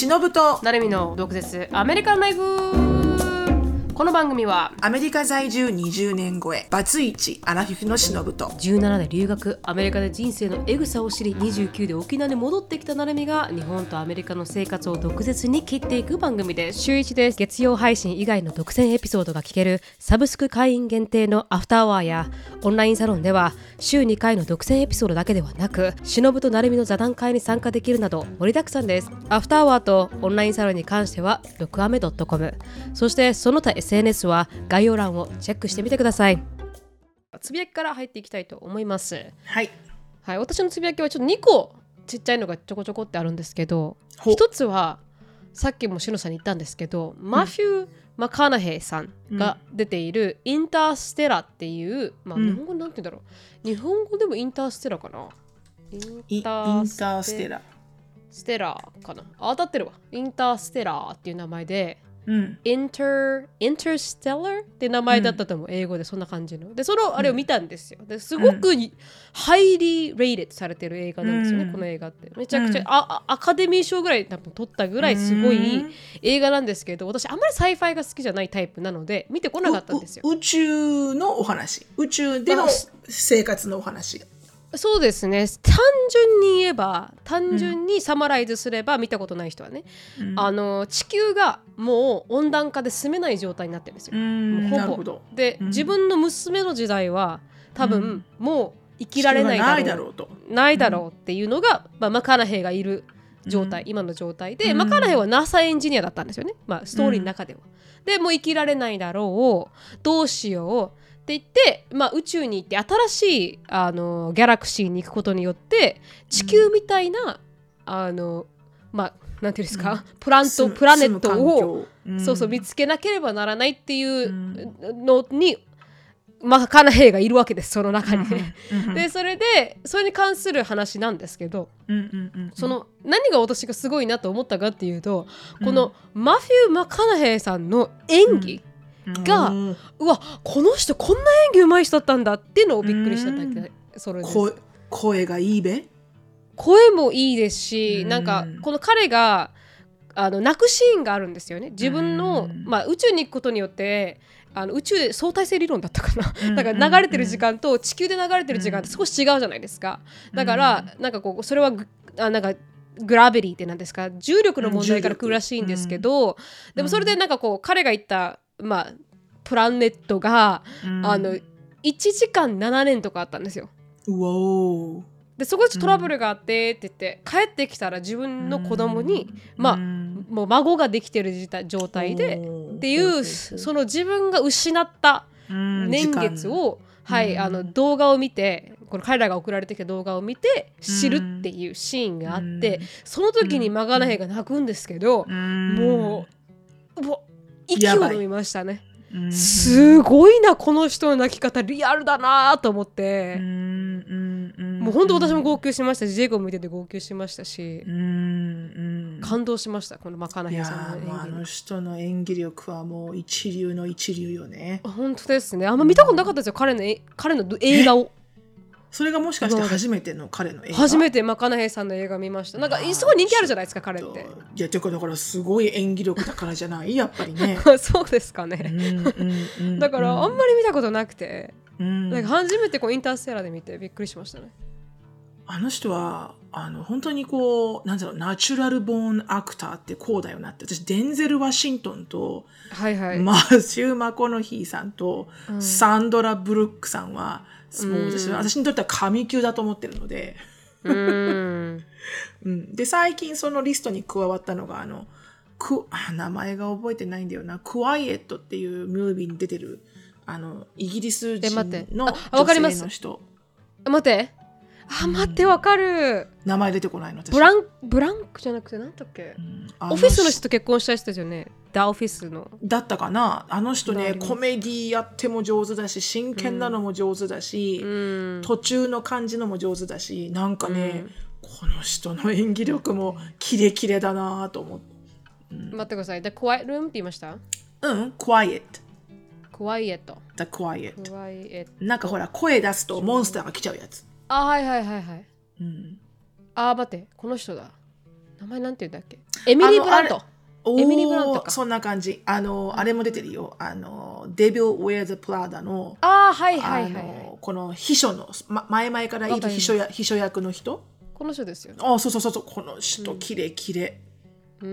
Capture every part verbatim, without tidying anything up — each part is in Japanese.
しのぶとなるみの毒舌アメリカンライフ。この番組はアメリカ在住にじゅうねん超えバツイチアラフィフのしのぶとじゅうななで留学、アメリカで人生のエグさを知りにじゅうきゅうで沖縄に戻ってきたなるみが日本とアメリカの生活を毒舌に切っていく番組です。週いちです。月曜配信以外の独占エピソードが聞けるサブスク会員限定のアフターアワーやオンラインサロンでは週にかいの独占エピソードだけではなく、しのぶとなるみの座談会に参加できるなど盛りだくさんです。アフターアワーとオンラインサロンに関してはドクアメドットコム、そしてその他 エスエヌエス は概要欄をチェックしてみてください。つぶやきから入っていきたいと思います。 はい、 はい、私のつぶやきはちょっとにこちっちゃいのがちょこちょこってあるんですけど、一つはさっきもしのさんに言ったんですけど、うん、マフュー・マカナヘイさんが出ているインターステラっていう、まあ、日本語なんて言うんだろう、日本語でもインターステラかな、 インターステラステラかな、あ、当たってるわ。インターステラっていう名前で、うん、インター、インターステラーって名前だったと思う、うん、英語でそんな感じの。で、そのあれを見たんですよ。ですごく、うん、ハイリーレイテッドされてる映画なんですよね、うん、この映画って。めちゃくちゃ、うん、あアカデミー賞ぐらい多分取ったぐらいすごい映画なんですけど、私あんまりサイファイが好きじなタイプなので見てこなかったんですよ。 宇宙のお話、宇宙での生活のお話。 そうですね。単純に言えば、単純にサマライズすれば、うん、見たことない人はね、うん、あの地球がもう温暖化で住めない状態になってるんですよ。うん、もうほぼで、うん、自分の娘の時代は多分、うん、もう生きられないだろう、 ないだろうとないだろうっていうのが、まあ、マカナヘイがいる状態、うん、今の状態で、うん、マカナヘイは ナサ エンジニアだったんですよね、まあ、ストーリーの中では、うん、でもう生きられないだろう、どうしようって言って、まあ、宇宙に行って新しいあのギャラクシーに行くことによって地球みたいな、うん、あのまあなんていうんですか、うん、プラントプラネットを、うん、そうそう見つけなければならないっていうのに、うん、マカナヘイがいるわけです、その中にね、うん、でそれでそれに関する話なんですけど、うんうんうんうん、その何が私がすごいなと思ったかっていうと、このマフュー・マカナヘイさんの演技、うんが、うん、うわこの人こんな演技うまい人だったんだっていうのをびっくりしただけ、それです。 声、声がいいべ、 声もいいですし、なんかこの彼があの泣くシーンがあるんですよね。自分の、まあ、宇宙に行くことによってあの宇宙で相対性理論だったかな、だから流れてる時間と地球で流れてる時間って少し違うじゃないですか。だからなんかこうそれはあなんかグラビティってなんですか、重力の問題から来るらしいんですけど、うん、でもそれでなんかこう彼が言ったまあ、プラネットが、うん、あのいちじかんななねんとかあったんですよ。 うおでそこでトラブルがあってって言って、うん、帰ってきたら自分の子供に、うん、まあ、うん、もう孫ができてる状態でっていうその自分が失った年月を、うん、はい、あの動画を見て、この彼らが送られてきた動画を見て知るっていうシーンがあって、うん、その時にマカナヘイが泣くんですけど、うん、もううわ息を飲みましたね。すごいなこの人の泣き方、リアルだなと思って、うんうんうん、もう本当私も号泣しましたし、ジェイコブ見てて号泣しましたし、うんうん、感動しました。このマカナヘイさんの演技。いや、 あの人の演技力はもう一流の一流よね。 本当ですね。あんま見たことなかったですよ、彼の彼の映画を。 それがもしかして初めての彼の映画？ 初めてマカナヘイさんの映画見ました。なんかすごい人気あるじゃないですか彼って。 いや、てかだからすごい演技力だからじゃないやっぱりね。 そうですかね、うんうんうん、だからあんまり見たことなくて、うん、なんか初めてこうインターステラーで見てびっくりしましたね。 あの人はあの本当にこうなんだろう、ナチュラルボーンアクターってこうだよなって。私デンゼル・ワシントンと、はいはい、マシュー・マコノヒーさんと、うん、サンドラ・ブルックさんはもう 私, 私にとっては神級だと思ってるので、うん、うん、で最近そのリストに加わったのがあのく名前が覚えてないんだよな、クワイエットっていうムービーに出てるあのイギリス人の女性の人。 待ってあ、待ってわかる、 名前出てこないの私。 ブランブランクじゃなくて何だっけ、うん、オフィスの人と結婚した人ですよね。ダオフィスのだったかな。あの人ねコメディやっても上手だし、真剣なのも上手だし、うん、途中の感じのも上手だし、なんかね、うん、この人の演技力もキレキレだなと思って、うん、 待ってください。The Quiet Room って言いました？ うん、Quiet Quiet The Quiet Quiet なんかほら声出すとモンスターが来ちゃうやつ。 あ、はいはいはいはい、うん、あ、待ってこの人だ。 名前なんて言うんだっけ。エミリー・ブラント。エミリー・ブラントか。 そんな感じ。あの、あれも出てるよ。あの、デビル・ウェア・ザ・プラダの、 ああ、はいはいはい、はい、 この秘書の、ま、前々からいる秘書や秘書役の人。 この人ですよね。 あ、そうそうそうそう、この人、きれいきれい。うん、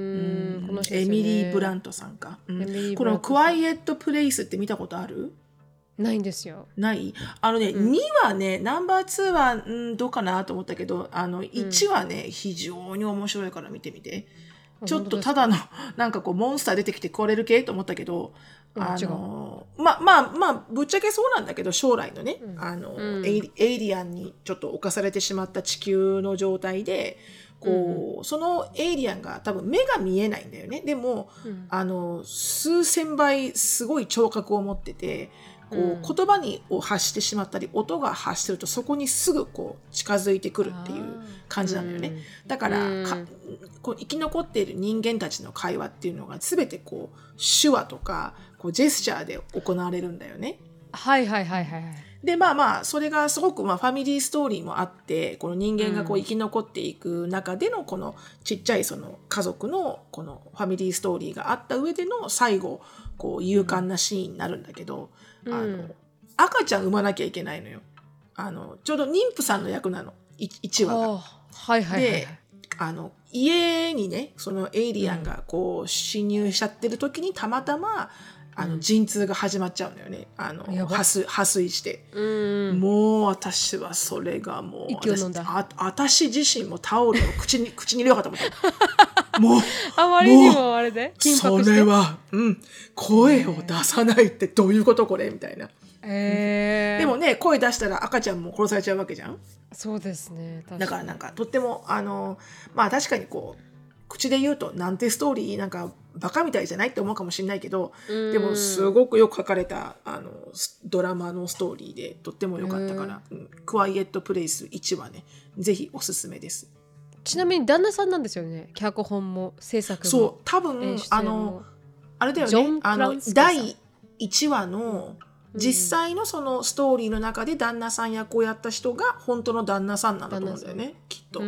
この人ですよね。エミリー・ブラントさんか。うん、このクワイエット・プレイスって見たことある？ ないんですよ。 ないあのね、うん、にはね、ナンバーツーは、うん、どうかなと思ったけど、あのいちはね、うん、非常に面白いから見てみて。ちょっとただのなんかこうモンスター出てきてこれる系と思ったけど、うん、あのまあまあまあぶっちゃけそうなんだけど、将来のね、うん、あの、うん、エイ、エイリアンにちょっと侵されてしまった地球の状態でこう、うん、そのエイリアンが多分目が見えないんだよね。でも、うん、あの数千倍すごい聴覚を持ってて、こう、うん、言葉にを発してしまったり音が発してるとそこにすぐこう近づいてくるっていう感じなんだよね。うん、だから、うん、かこう生き残っている人間たちの会話っていうのが全てこう手話とかこうジェスチャーで行われるんだよね。 はいはいはいはい。 でまあまあそれがすごくまあファミリーストーリーもあって、この人間がこう生き残っていく中でのこのちっちゃいその家族のこのファミリーストーリーがあった上での最後こう勇敢なシーンになるんだけど、うん、あの赤ちゃん産まなきゃいけないのよ。あのちょうど妊婦さんの役なの、いちわが。 はいはいはい、 であの家にねそのエイリアンがこう侵入しちゃってる時にたまたまあの陣痛が始まっちゃうのよね。あの破水、破水して、うん、もう私はそれがもう息を飲んだ。 あ私自身もタオルを口に口に入れようかと思ったもうあまりにもあれで緊迫して、 それは、うん、声を出さないってどういうことこれみたいな。 えー、 でもね声出したら赤ちゃんも殺されちゃうわけじゃん。 そうですね。 だからなんかとってもあのまあ確かにこう口で言うとなんてストーリーなんかバカみたいじゃないって思うかもしれないけど、でもすごくよく書かれたあのドラマのストーリーでとっても良かったから、うん、クワイエットプレイスいちはねぜひおすすめです。 ちなみに旦那さんなんですよね、脚本も制作も。 そう多分あのあれだよね、あのだいいちわの実際のそのストーリーの中で旦那さん役をやった人が本当の旦那さんなんだと思うんだよね、きっと。うん、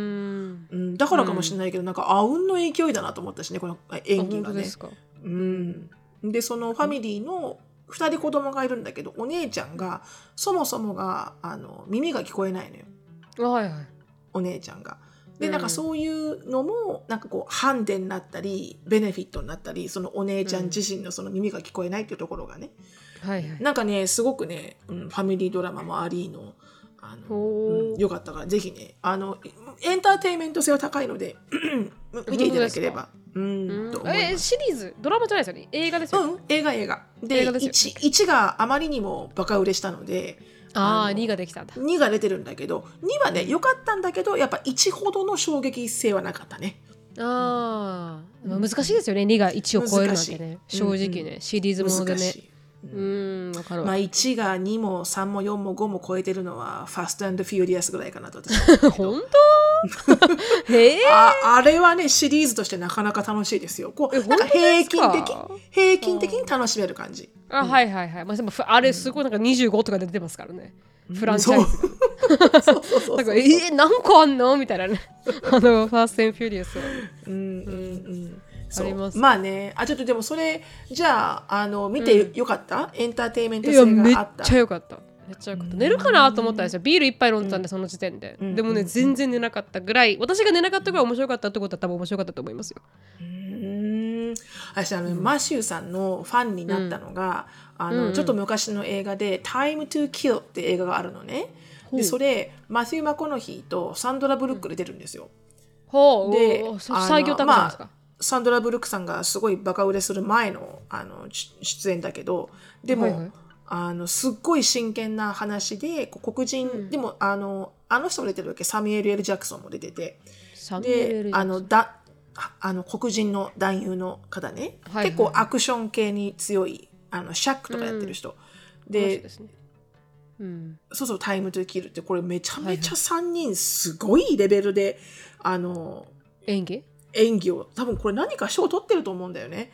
うん、だからかもしれないけど、うん、なんかあうんの勢いだなと思ったしね、この演技がね。 ですか。 うん、でそのファミリーのふたり子供がいるんだけど、お姉ちゃんがそもそもがあの耳が聞こえないのよ、 はいはい、 お姉ちゃんが。でなんかそういうのもなんかこうハンデになったりベネフィットになったり、そのお姉ちゃん自身のその耳が聞こえないっていうところがね、 うんはいはい、 なんかねすごくね、うん、ファミリードラマもありのあの、うん、よかったからぜひねあのエンターテインメント性は高いので見ていただければ。うん、と思います。 えシリーズドラマじゃないですよね、映画ですよね。 うん、映画映画で、いち, いちがあまりにもバカ売れしたので、 ああにができたんだ。 にが出てるんだけどにはね良かったんだけどやっぱいちほどの衝撃性はなかったね。 ああ、うん、難しいですよね、にがいちを超えるなんてね、正直ね、うんうん、シリーズものでね。うん、分かるわ。 まあいちがにもさんもよんもごも超えてるのはファスト&フューリアスぐらいかなと私は本当へえあ, あれはねシリーズとしてなかなか楽しいですよ。こうなんか平均的平均的に楽しめる感じ。 あ、うん、はいはいはい、まあ、でもあれすごいなんかにじゅうごとかで出てますからね、うん、フランチャイズがなんかえー、何個あんのみたいなねあのファースト&フューリアスはうんうんうんあります。 まあね、あちょっとでもそれじゃあ、あの見てよかった、うん、エンターテインメント性があった。 いやめっちゃよかっためっちゃよかった。寝るかなと思ったんですよ、ビールいっぱい飲んでたんで、その時点で、うん、でもね、うん、全然寝なかったぐらい、私が寝なかったぐらい面白かったってことは多分面白かったと思いますよ。 うーん私あの、うん、マシューさんのファンになったのが、うん、あの、うん、ちょっと昔の映画で Time to Kill って映画があるのね。でそれマシュー・マコノヒーとサンドラ・ブルックで出るんですよ。 ほうで最強タクじゃないですか。 サンドラ・ブルックさんがすごいバカ売れする前 の, あの出演だけど、でも、はいはい、あのすっごい真剣な話で黒人、うん、でもあのあの人も出てるわけ、サミュエル・エル・ジャクソンも出てて、であのだあの黒人の男優の方ね、はいはい、結構アクション系に強いあのシャックとかやってる人、うん、で、ねうん、そうそうタイムトゥキルってこれめちゃめちゃさんにんすごいレベルで、はいはい、あの演技演技を多分これ何か賞を取ってると思うんだよね。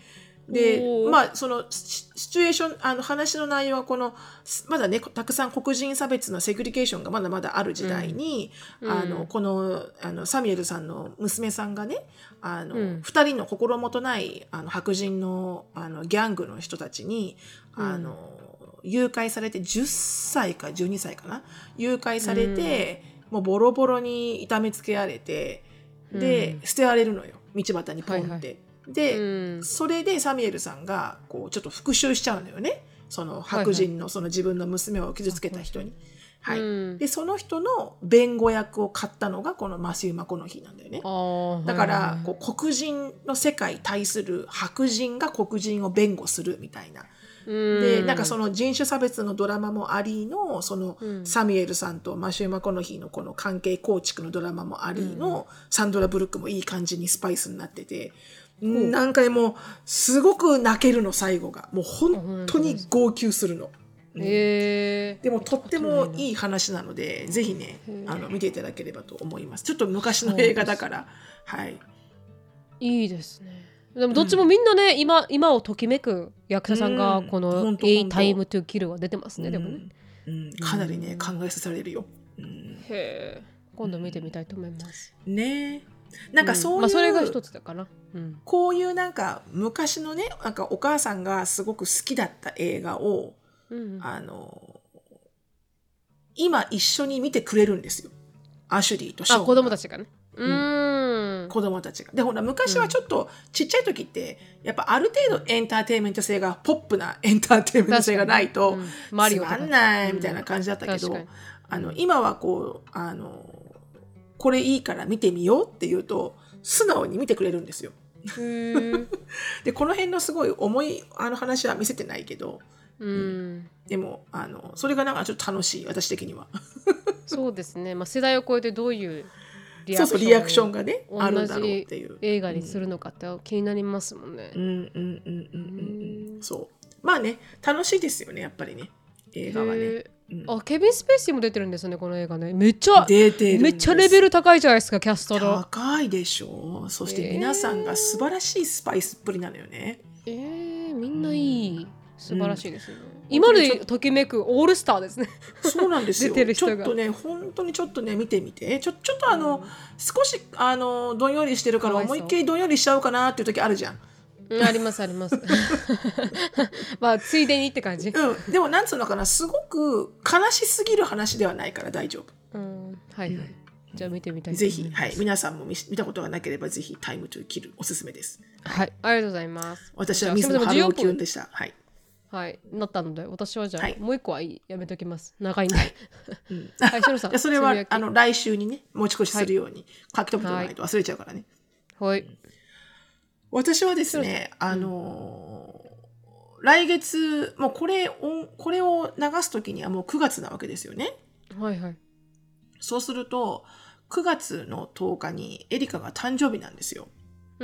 でまあそのシチュエーションあの話の内容はこのまだねたくさん黒人差別のセグリゲーションがまだまだある時代に、うん、あのこのあのサミュエルさんの娘さんがねあの、うん、ふたりの心もとないあの白人のあのギャングの人たちにあの、うん、誘拐されてじゅっさいかじゅうにさいかな誘拐されて、うん、もうボロボロに痛めつけられてで、うん、捨てられるのよ道端にポンって。はいはいで、うん、それでサミュエルさんがこうちょっと復讐しちゃうのよねその白人のその自分の娘を傷つけた人に、はいはい、はい、でその人の弁護役を買ったのがこのマシュー・マコノヒーなんだよね。だからこう黒人の世界に対する白人が黒人を弁護するみたいなでなんかその人種差別のドラマもありのそのサミュエルさんとマシュー・マコノヒーのこの関係構築のドラマもありのサンドラ・ブルックもいい感じにスパイスになっててなんかもうすごく泣けるの最後がもう本当に号泣するの、うん、でもとってもいい話なのでぜひねあの見ていただければと思います。ちょっと昔の映画だからはいいいですね。でもどっちもみんなね、うん、今, 今をときめく役者さんがこの「A Time to Kill」は出てますね、うん、でもね、 うん、かなりね、うん、考えさせられるよ、うん、 へえ今度見てみたいと思います、 うん、ねなんかそういう、うんまあ、それが一つだかな、うん、 こういうなんか昔のねなんかお母さんがすごく好きだった映画を、うん、あの今一緒に見てくれるんですよアシュリーとショーンが。 あ子供たちがねうーん子供たちがでほら昔はちょっとちっちゃい時って、うん、やっぱある程度エンターテインメント性がポップなエンターテインメント性がないと、うん、つまんないみたいな感じだったけど、うん、あの今はこうあのこれいいから見てみようって言うと素直に見てくれるんですよ。でこの辺のすごい重いあの話は見せてないけど、うんうん、でもあのそれがなんかちょっと楽しい私的には。 そうですね、まあ、世代を超えてどういうリアクションそうそうリアクションがねあるんだろうっていう同じ映画にするのかって気になりますもんね。 うんうんうんうんうんうんそうまあね楽しいですよねやっぱりね映画はね。 うん、あケビン・スペイシーも出てるんですよねこの映画ね。めっちゃ出てるんです。 めっちゃレベル高いじゃないですかキャストの。 高いでしょう。そして皆さんが素晴らしいスパイスっぷりなのよね。 えー、みんないい、うん、素晴らしいですよね、うん、今でときめくオールスターですね。 そうなんですよ。 出てる人がちょっとね本当にちょっとね見てみてちょちょっとあの、うん、少しあのどんよりしてるから思いっきりどんよりしちゃうかなっていう時あるじゃん。 うん、ありますあります。まあついでにって感じ、 うん、でもなんつうのかなすごく悲しすぎる話ではないから大丈夫、 うん、はいはい、うん、じゃあ見てみたいと思います。ぜひ、はい、皆さんも 見, 見たことがなければぜひタイムトゥキルおすすめです。 はいありがとうございます。 私は水野春夫キュンでした。はいはいなったので私はじゃあ、はい、もう一個はいいやめときます長いんで、 はいうん、はいシロさんそれはあの来週にね持ち越しするように、はい、書き留めておかないと忘れちゃうからね。 はい、 うん私はですね、あのー、来月もうこれをこれを流すときにはもうくがつなわけですよね。 はいはい。 そうするとくがつのとおかにエリカが誕生日なんですよ。 うん。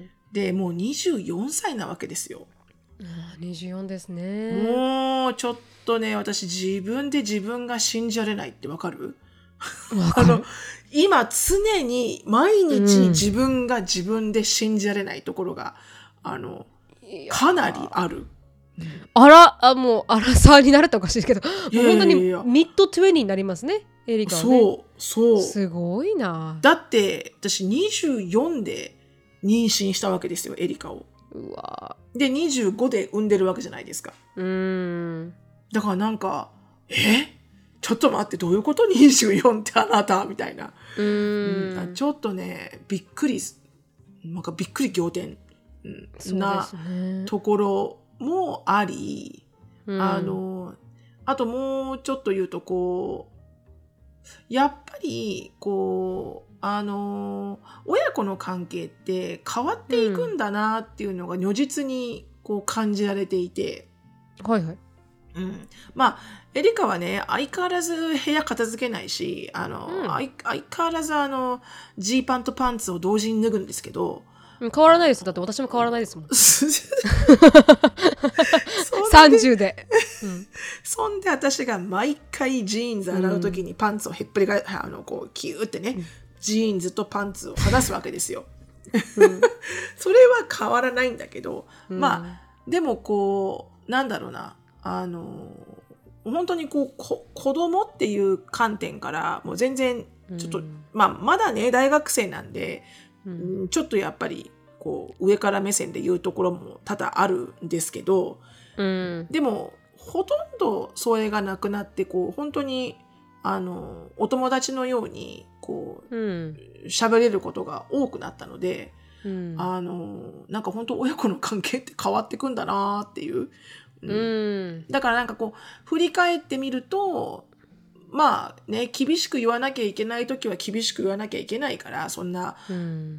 でもうにじゅうよんさいなわけですよ。 あにじゅうよんですね。 もうちょっとね私自分で自分が信じられないってわかる？ わかる。あの今常に毎日自分が自分で信じられないところが、うん、あのかなりある。 あらあもうアラサーになるとおかしいけどもう本当にミッドにじゅうになりますねエリカはね。 そうそうすごいな。 だって私にじゅうよんで妊娠したわけですよエリカを。 うわでにじゅうごで産んでるわけじゃないですか。 うーんだからなんかえちょっと待ってどういうことにじゅうよんってあなたみたいな。 うーんちょっとねびっくりなんかびっくり仰天なところもあり、 うん、 あのあともうちょっと言うとこうやっぱりこうあの親子の関係って変わっていくんだなっていうのが如実にこう感じられていて、 うん、はいはいうん、まあエリカはね相変わらず部屋片付けないしあの、うん、相, 相変わらずあのジーパンとパンツを同時に脱ぐんですけど、 うん、変わらないですだって私も変わらないですもんさんじゅうで、うん、 そんで私が毎回ジーンズ洗う時にパンツをへっぷりが、うん、あのこうキューってね、うん、ジーンズとパンツを剥がすわけですよそれは変わらないんだけど、うん、まあでもこうなんだろうな、あの本当にこうこ子供っていう観点からもう全然ちょっと、うん、まあまだね大学生なんで、うん、ちょっとやっぱりこう上から目線で言うところも多々あるんですけど、うん、でもほとんどそれがなくなってこう本当にあのお友達のようにこう喋、うん、れることが多くなったので、うん、あのなんか本当親子の関係って変わってくんだなっていう、うんうん、だからなんかこう振り返ってみるとまあね厳しく言わなきゃいけない時は厳しく言わなきゃいけないからそんな、うん、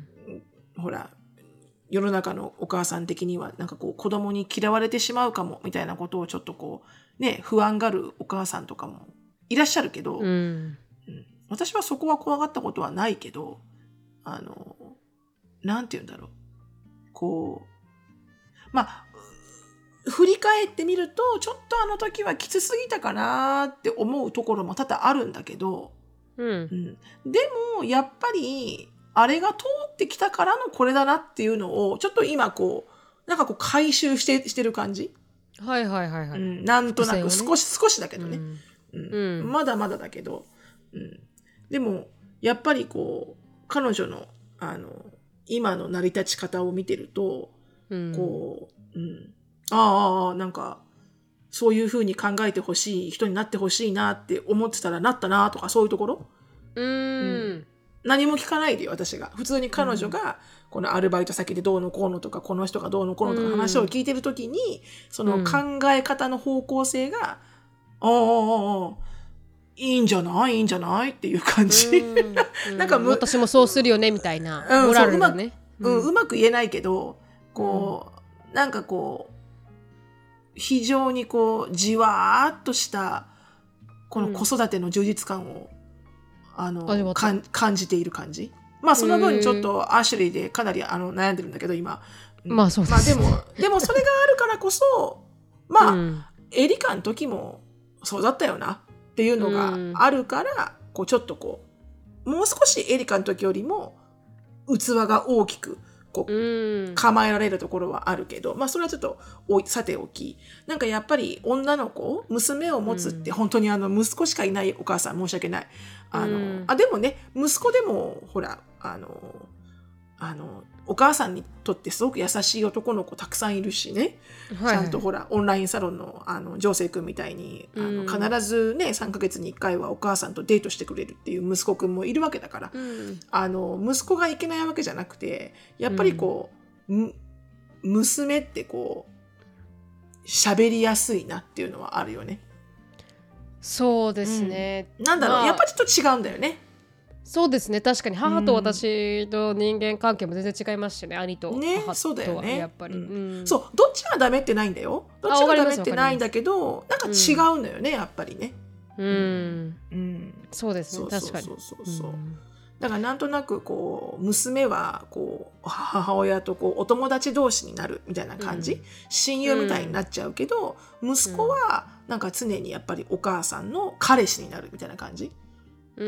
ほら世の中のお母さん的にはなんかこう子供に嫌われてしまうかもみたいなことをちょっとこうね不安がるお母さんとかもいらっしゃるけど、うんうん、私はそこは怖がったことはないけどあのなんて言うんだろうこうまあ振り返ってみるとちょっとあの時はきつすぎたかなって思うところも多々あるんだけど、うんうん、でもやっぱりあれが通ってきたからのこれだなっていうのをちょっと今こうなんかこう回収してしてる感じ。 はいはいはいはい。うん、 なんとなく少し、ね、少しだけどね、うんうん、まだまだだけど、うん、でもやっぱりこう彼女のあの今の成り立ち方を見てると、うん、こう、うん、ああなんかそういう風に考えてほしい人になってほしいなって思ってたらなったなとかそういうところ。うーん、うん何も聞かないでよ私が普通に彼女がこのアルバイト先でどうのこうのとかこの人がどうのこうのとか話を聞いてるときに、うん、その考え方の方向性が、うん、ああいいんじゃないいいんじゃないっていう感じ、 うん、なんか私もそうするよねみたいな、うん、モラルだねうま、うん、うまく言えないけどこう、うん、なんかこう非常にこうじわーっとしたこの子育ての充実感をあのかん感じている感じ。まあその分ちょっとアシュリーでかなりあの悩んでるんだけど今、 うん、まあそうです、 まあ、でもでもそれがあるからこそまあ、うん、エリカの時もそうだったよなっていうのがあるから、うん、こうちょっとこうもう少しエリカの時よりも器が大きくこう、うん、構えられるところはあるけどまあそれはちょっとさておきなんかやっぱり女の子娘を持つって本当にあの息子しかいないお母さん申し訳ないあの、うん、あでもね息子でもほらあのあのお母さんにとってすごく優しい男の子たくさんいるしね、はいはい、ちゃんとほらオンラインサロンのあのジョーセイ君みたいにあの必ずねさんかげつにいっかいはお母さんとデートしてくれるっていう息子くんもいるわけだから、うん、あの息子がいけないわけじゃなくてやっぱりこう、うん、娘ってこう喋りやすいなっていうのはあるよね。 そうですね、 うん、なんだろう、まあ、やっぱちょっと違うんだよね。 そうですね確かに母と私の人間関係も全然違いますしね、うん、兄と母とは、ね、そうだよね、やっぱり、うんうん、そうどっちがダメってないんだよどっちがダメってないんだけどなんか違うんだよね、うん、やっぱりねうん、うんうん、そうですね確かにそうそうそうそう、うん、だからなんとなくこう娘はこう母親とこうお友達同士になるみたいな感じ、うん、親友みたいになっちゃうけど、うん、息子はなんか常にやっぱりお母さんの彼氏になるみたいな感じうん、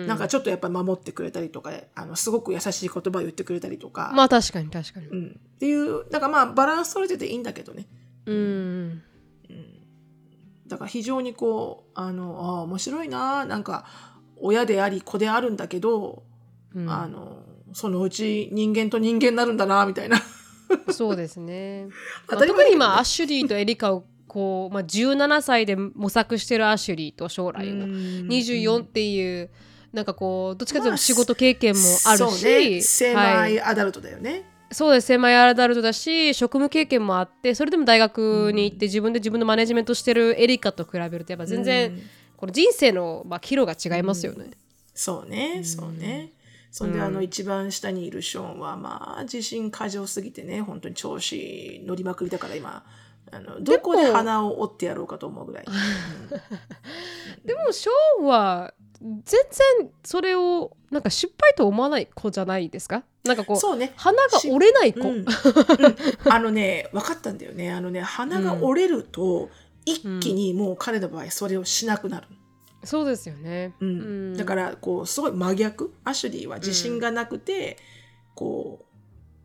なんかちょっとやっぱり守ってくれたりとかあのすごく優しい言葉を言ってくれたりとかまあ確かに確かに、 うん、っていうだからまあバランス取れてていいんだけどねうん、うん、 だから非常にこうあのあ面白いななんか親であり子であるんだけど、うん、あのそのうち人間と人間になるんだなみたいなそうですね、まあ、特に今アシュリーとエリカをこうまあ、じゅうななさいで模索してるアシュリーと将来をにじゅうよんっていうなんかこうどっちかというと仕事経験もあるし、まあそうね、 セマイアダルトだよね、 はい、そうですセマイアダルトだし職務経験もあってそれでも大学に行って自分で自分のマネジメントしてるエリカと比べるとやっぱ全然この人生のまあ岐路が違いますよね、 そうねそうねそんで、うん、あの一番下にいるショーンはまあ自信過剰すぎてね本当に調子乗りまくりだから今あのどこで鼻を折ってやろうかと思うぐらい、うん、 でもショーンは全然それをなんか失敗と思わない子じゃないですかなんかこうそう、ね、鼻が折れない子、うんうん、 あのね分かったんだよねあのね鼻が折れると、一気にもう彼の場合それをしなくなる、 うん、そうですよね、 うんうん、だからこうすごい真逆アシュリーは自信がなくて、うん、こう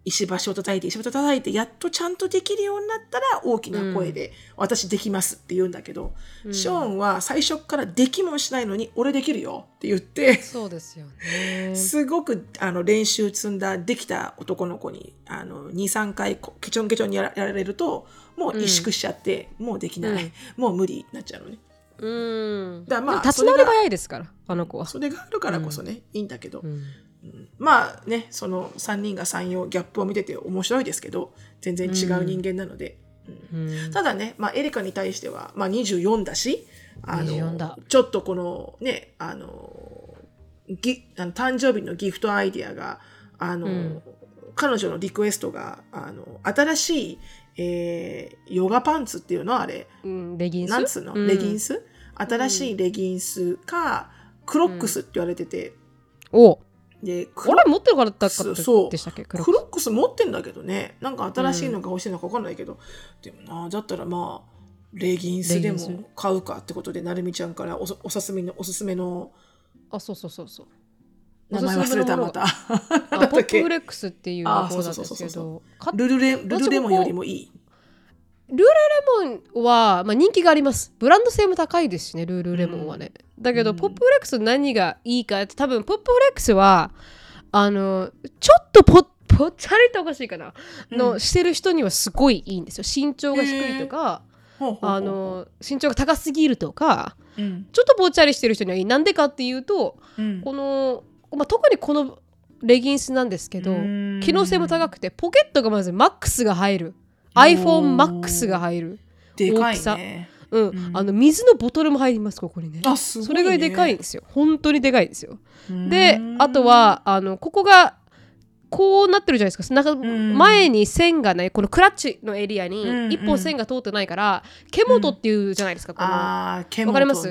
石橋を叩いて石橋を叩いてやっとちゃんとできるようになったら大きな声で、うん、私できますって言うんだけど、うん、ショーンは最初からできもしないのに俺できるよって言ってそうですよねすごくあの練習積んだできた男の子にあの にさんかいケチョンケチョンにやられるともう萎縮しちゃって、うん、もうできない、うん、もう無理になっちゃうのね。 うんだまあ立ち直り早いですからあの子は。 それがあるからこそね、うん、いいんだけど、 うんうん、まあねそのさんにんが三様ギャップを見てて面白いですけど全然違う人間なので、うんうん、ただね、まあ、エリカに対しては、まあ、にじゅうよんだしあのにじゅうよんだちょっとこのねあのギあの誕生日のギフトアイディアがあの、うん、彼女のリクエストがあの新しい、えー、ヨガパンツっていうのはあれ、 うん、レギンスなんつうの、うん、レギンス新しいレギンスか、うん、クロックスって言われてて、 うん、おであれ持ってるからだったかでしたっけ？ クロックス持ってんだけどねなんか新しいのが欲しいのか分かんないけど、うん、でもなだったらまあレギンスでも買うかってことでなるみちゃんから お, おすすめのおすすめのあそうそうそうそう名前忘れたまたポップフレックスっていう方なんですけどルルレルルレモンよりもいいルールレモンは、まあ、人気があります。ブランド性も高いですしねルールレモンはね、うん、だけど、うん、ポップフレックス何がいいかって多分ポップフレックスはあのちょっと ぽ, ぽっちゃりとおかしいかな、うん、のしてる人にはすごいいいんですよ。身長が低いとかあの身長が高すぎるとか、うん、ちょっとぽっちゃりしてる人にはいい。なんでかっていうと、うん、この、まあ、特にこのレギンスなんですけど機能性も高くてポケットがまずマックスが入るiPhone Max が入るでかいね、 うんうん、あの水のボトルも入りますここにね。 あすごいね。 それぐらいでかいんですよ。本当にでかいんですよ。であとはあのここがこうなってるじゃないですか。なんか前に線がないこのクラッチのエリアに一本線が通ってないからケモトっていうじゃないですか、うん、このあケモトね。わかります？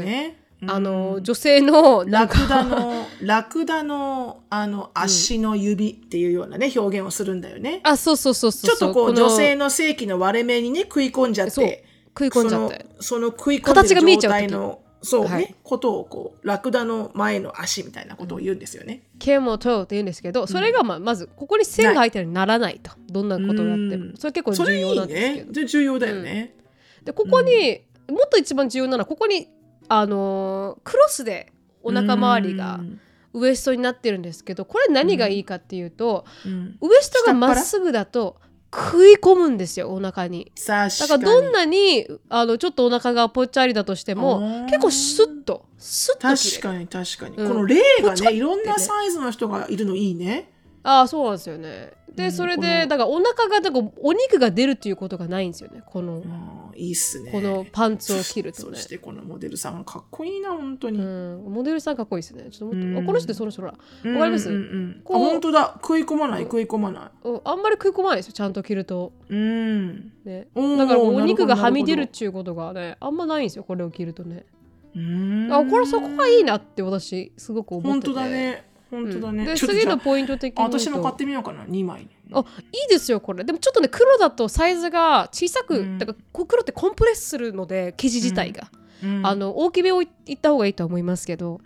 あの女性のラクダのラクダのあの足の指っていうようなね、うん、表現をするんだよね。 あそうそうそうそう。 ちょっとこう女性の性器の割れ目にね食い込んじゃってそう食い込んじゃってその、その食い込んでる状態のそうね、はい、ことをこうラクダの前の足みたいなことを言うんですよね。 ケモトって言うんですけどそれがまあまずここに線が入ってるようにならないとどんなことをやってもそれ結構重要なんですけど。 それいいね。重要だよね。 うん、でここに、うん、もっと一番重要なのはここにあのー、クロスでお腹周りがウエストになってるんですけどこれ何がいいかっていうと、うん、ウエストがまっすぐだと食い込むんですよお腹に。だからどんなにあのちょっとお腹がぽっちゃりだとしても結構スッとスッと切れる。 確かに確かに、うん、この例がねいろんなサイズの人がいるのいいね。 ああそうなんですよね。で、うん、それでだからお腹がだからお肉が出るっていうことがないんですよねこの、うん、 いいっすね。 このパンツを切るとね。 そしてこのモデルさんかっこいいな本当に、 うん、モデルさんかっこいいですね。ちょっともっと、うん、この人でそろそろわかります、うんうんうん、 こうあ本当だ食い込まない食い込まない、 うん、あんまり食い込まないですよちゃんと切ると、 うんね、だからお肉がはみ出るっていうことがねあんまないんですよこれを切るとね。 うんあこれそこがいいなって私すごく思ってて。 本当だね本当だね、うん、 で次のポイント的に私も買ってみようかなにまい。 あいいですよこれ。でもちょっとね黒だとサイズが小さく、うん、だから黒ってコンプレスするので生地自体が、うん、あの大きめをいった方がいいと思いますけど、 うん、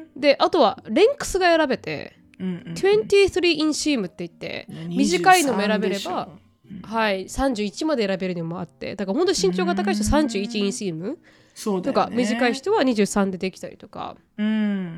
であとはレンクスが選べて、うんうんうん、にじゅうさんインシームって言って短いのも選べれば、うん、はいさんじゅういちまで選べるのもあってだから本当に身長が高い人さんじゅういちインシームそうだよね、 とか短い人はにじゅうさんでできたりとか、 うん、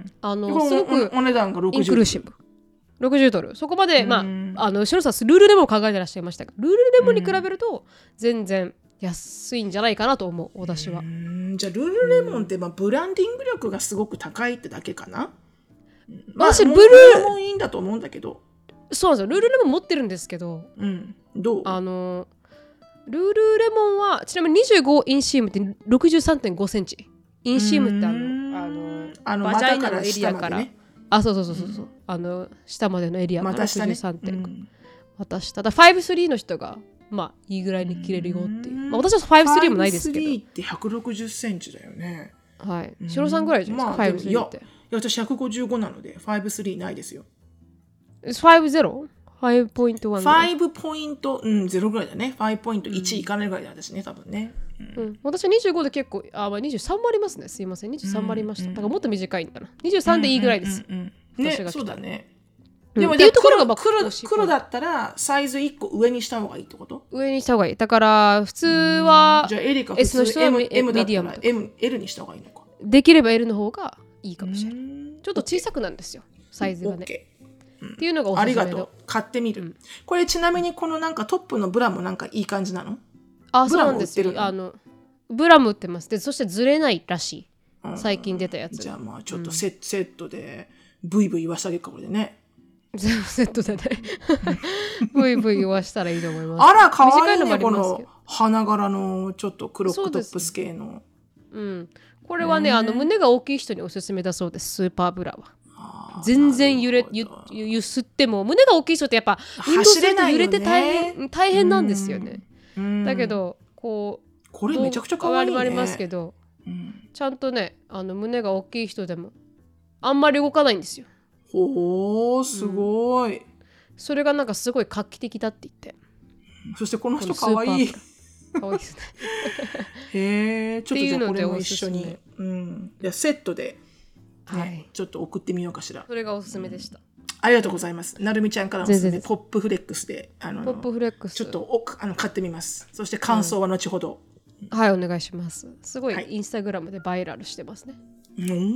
あのすごくお値段がろくじゅうインクルーシブろくじゅうドルそこまで、まあ、あのシロさんルールレモンを考えてらっしゃいましたがルールレモンに比べると全然安いんじゃないかなと思う私は。 うんじゃあルールレモンって、まあ、ブランディング力がすごく高いってだけかな。 私、 まあ、 ブルーレモンいいんだと思うんだけどそうなんですよルールレモン持ってるんですけど、 うん、どうあのルールレモンはちなみににじゅうごインシームって ろくじゅうさんてんごセンチインシームってあのあのあのバジャイナのエリアから、ね、あそうそうそうそう、うん、あの下までのエリアからろくじゅうさんてんご、ねうん、股下だ ごさんの人がまあいいぐらいに切れるよっていう、まあ、私はごさんもないですけどごさんってひゃくろくじゅっセンチだよね。 はいシロさんぐらいじゃないですか、まあ、ごさんって。いや、いや私ひゃくごじゅうごなのでごさんないですよ。 ごじゅう ごてんいち ごてんいちごポイントゼロぐらいだね。ごポイントいちいかないぐらいだ私ね多分ね。 うんうん、私はにじゅうごで結構あ、まあ、にじゅうさんもありますね。すいませんにじゅうさんもありました、うんうん、だからもっと短いんだな。にじゅうさんでいいぐらいです、 うんうんうんうん、ねそうだね。 でも、 っていうところがまあ黒、黒だったらサイズいっこ上にした方がいいってこと？ 上にした方がいい。だから普通はじゃあエリカ普 S の通人は M, メ M だっディアムたら M、L にした方がいいのか。 できれば L の方がいいかもしれない。ちょっと小さくなんですよ、サイズがね。 うん、 っていうのがおすすめの。 ありがとう。買ってみる、うん。これちなみにこのなんかトップのブラもなんかいい感じなの？ あ、そうなんですよ。あのブラも売ってます。で、そしてずれないらしい。最近出たやつ。 じゃあまあちょっとセ,、うん、セットでブイブイ言わしてあげるかこれでね。 全部セットでね。ブイブイ言わしたらいいと思います。 あら、かわいいね、この花柄のちょっとクロックトップス系の。 うん。これはね、あの胸が大きい人におすすめだそうです、スーパーブラは。全然揺れ、ゆ、ゆすっても、胸が大きい人ってやっぱ運動すると揺れて大変、大変なんですよね。だけど、こう、 これめちゃくちゃかわいいね。 ありますけど、うん、ちゃんとね、あの胸が大きい人でもあんまり動かないんですよ。 ほー、すごい、うん、 それがなんかすごい画期的だって言って。 そしてこの人かわいい。 かわいいですね。 へえ、ちょっとじゃあこれも一緒に、うん、じゃあセットで、ね、はい、ちょっと送ってみようかしら。 それがおすすめでした。 うん、ありがとうございます。なるみちゃんからのおすすめポップフレックスで、あのポップフレックスちょっとおあの買ってみます。そして感想は後ほど。 うん、はい、お願いします。すごいインスタグラムでバイラルしてますね。 はい、うん。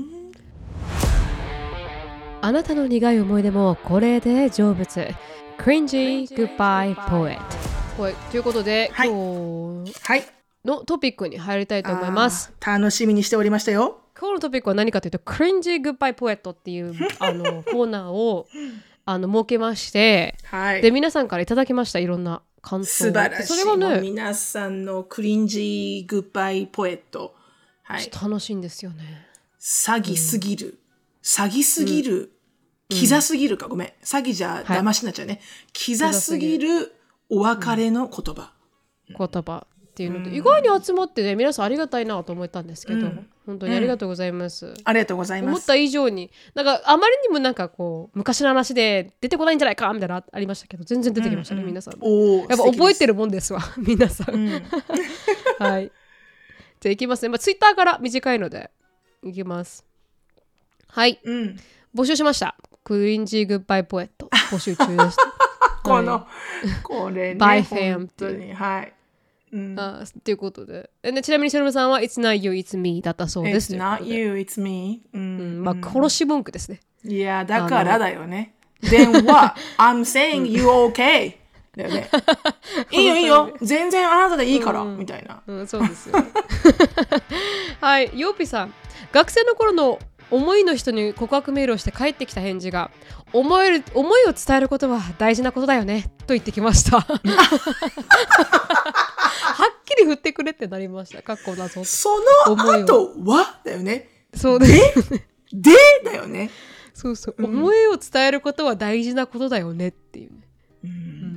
あなたの苦い思い出もこれで成仏。Cringy Goodbye Poet。はい、ということで、はい、今日のトピックに入りたいと思います。 楽しみにしておりましたよ。 今日のトピックは何かというと Cringy Goodbye Poet っていうあのコーナーをあの設けまして、はい、で皆さんからいただきました、いろんな感想。 素晴らしい。それがね、皆さんのクリンジーグッバイポエット、 はい、楽しいんですよね。 詐欺すぎる、うん、詐欺すぎる、うん、キザすぎるか、ごめん、詐欺じゃ騙しになっちゃうね、はい、キザすぎるお別れの言葉、 うん、言葉っていうので、うん、意外に集まってね、皆さんありがたいなと思ったんですけど、うん、本当にありがとうございます、うん、 ありがとうございます。 思った以上になんかあまりにもなんかこう昔の話で出てこないんじゃないかみたいなありましたけど、全然出てきましたね、うんうん、皆さん。おやっぱ覚えてるもんですわ皆さん、うん、はいじゃあいきますね、まあ、ツイッターから短いのでいきます。はい、うん、募集しました。クリンジーグッバイポエット募集中でしたこの、はい、これねバイフェムっていうはい、 うん、あっていうことで、でちなみにしのぶさんは It's not you, it's me だったそうです。 It's not you, it's me、うんうん、 まあ殺し文句ですね。 いやだからだよね。Then what? I'm saying you okay だよねいいよいいよ全然あなたでいいから、うん、みたいな、 うん、そうですよはい、ヨーピさん、学生の頃の思いの人に告白メールをして返ってきた返事が思える思いを伝えることは大事なことだよねと言ってきましたはっきり振ってくれってなりました。かっこ謎。 その後はだよね。 そうですででだよね。 そうそう、うん、思いを伝えることは大事なことだよねっていうね、 うんうん、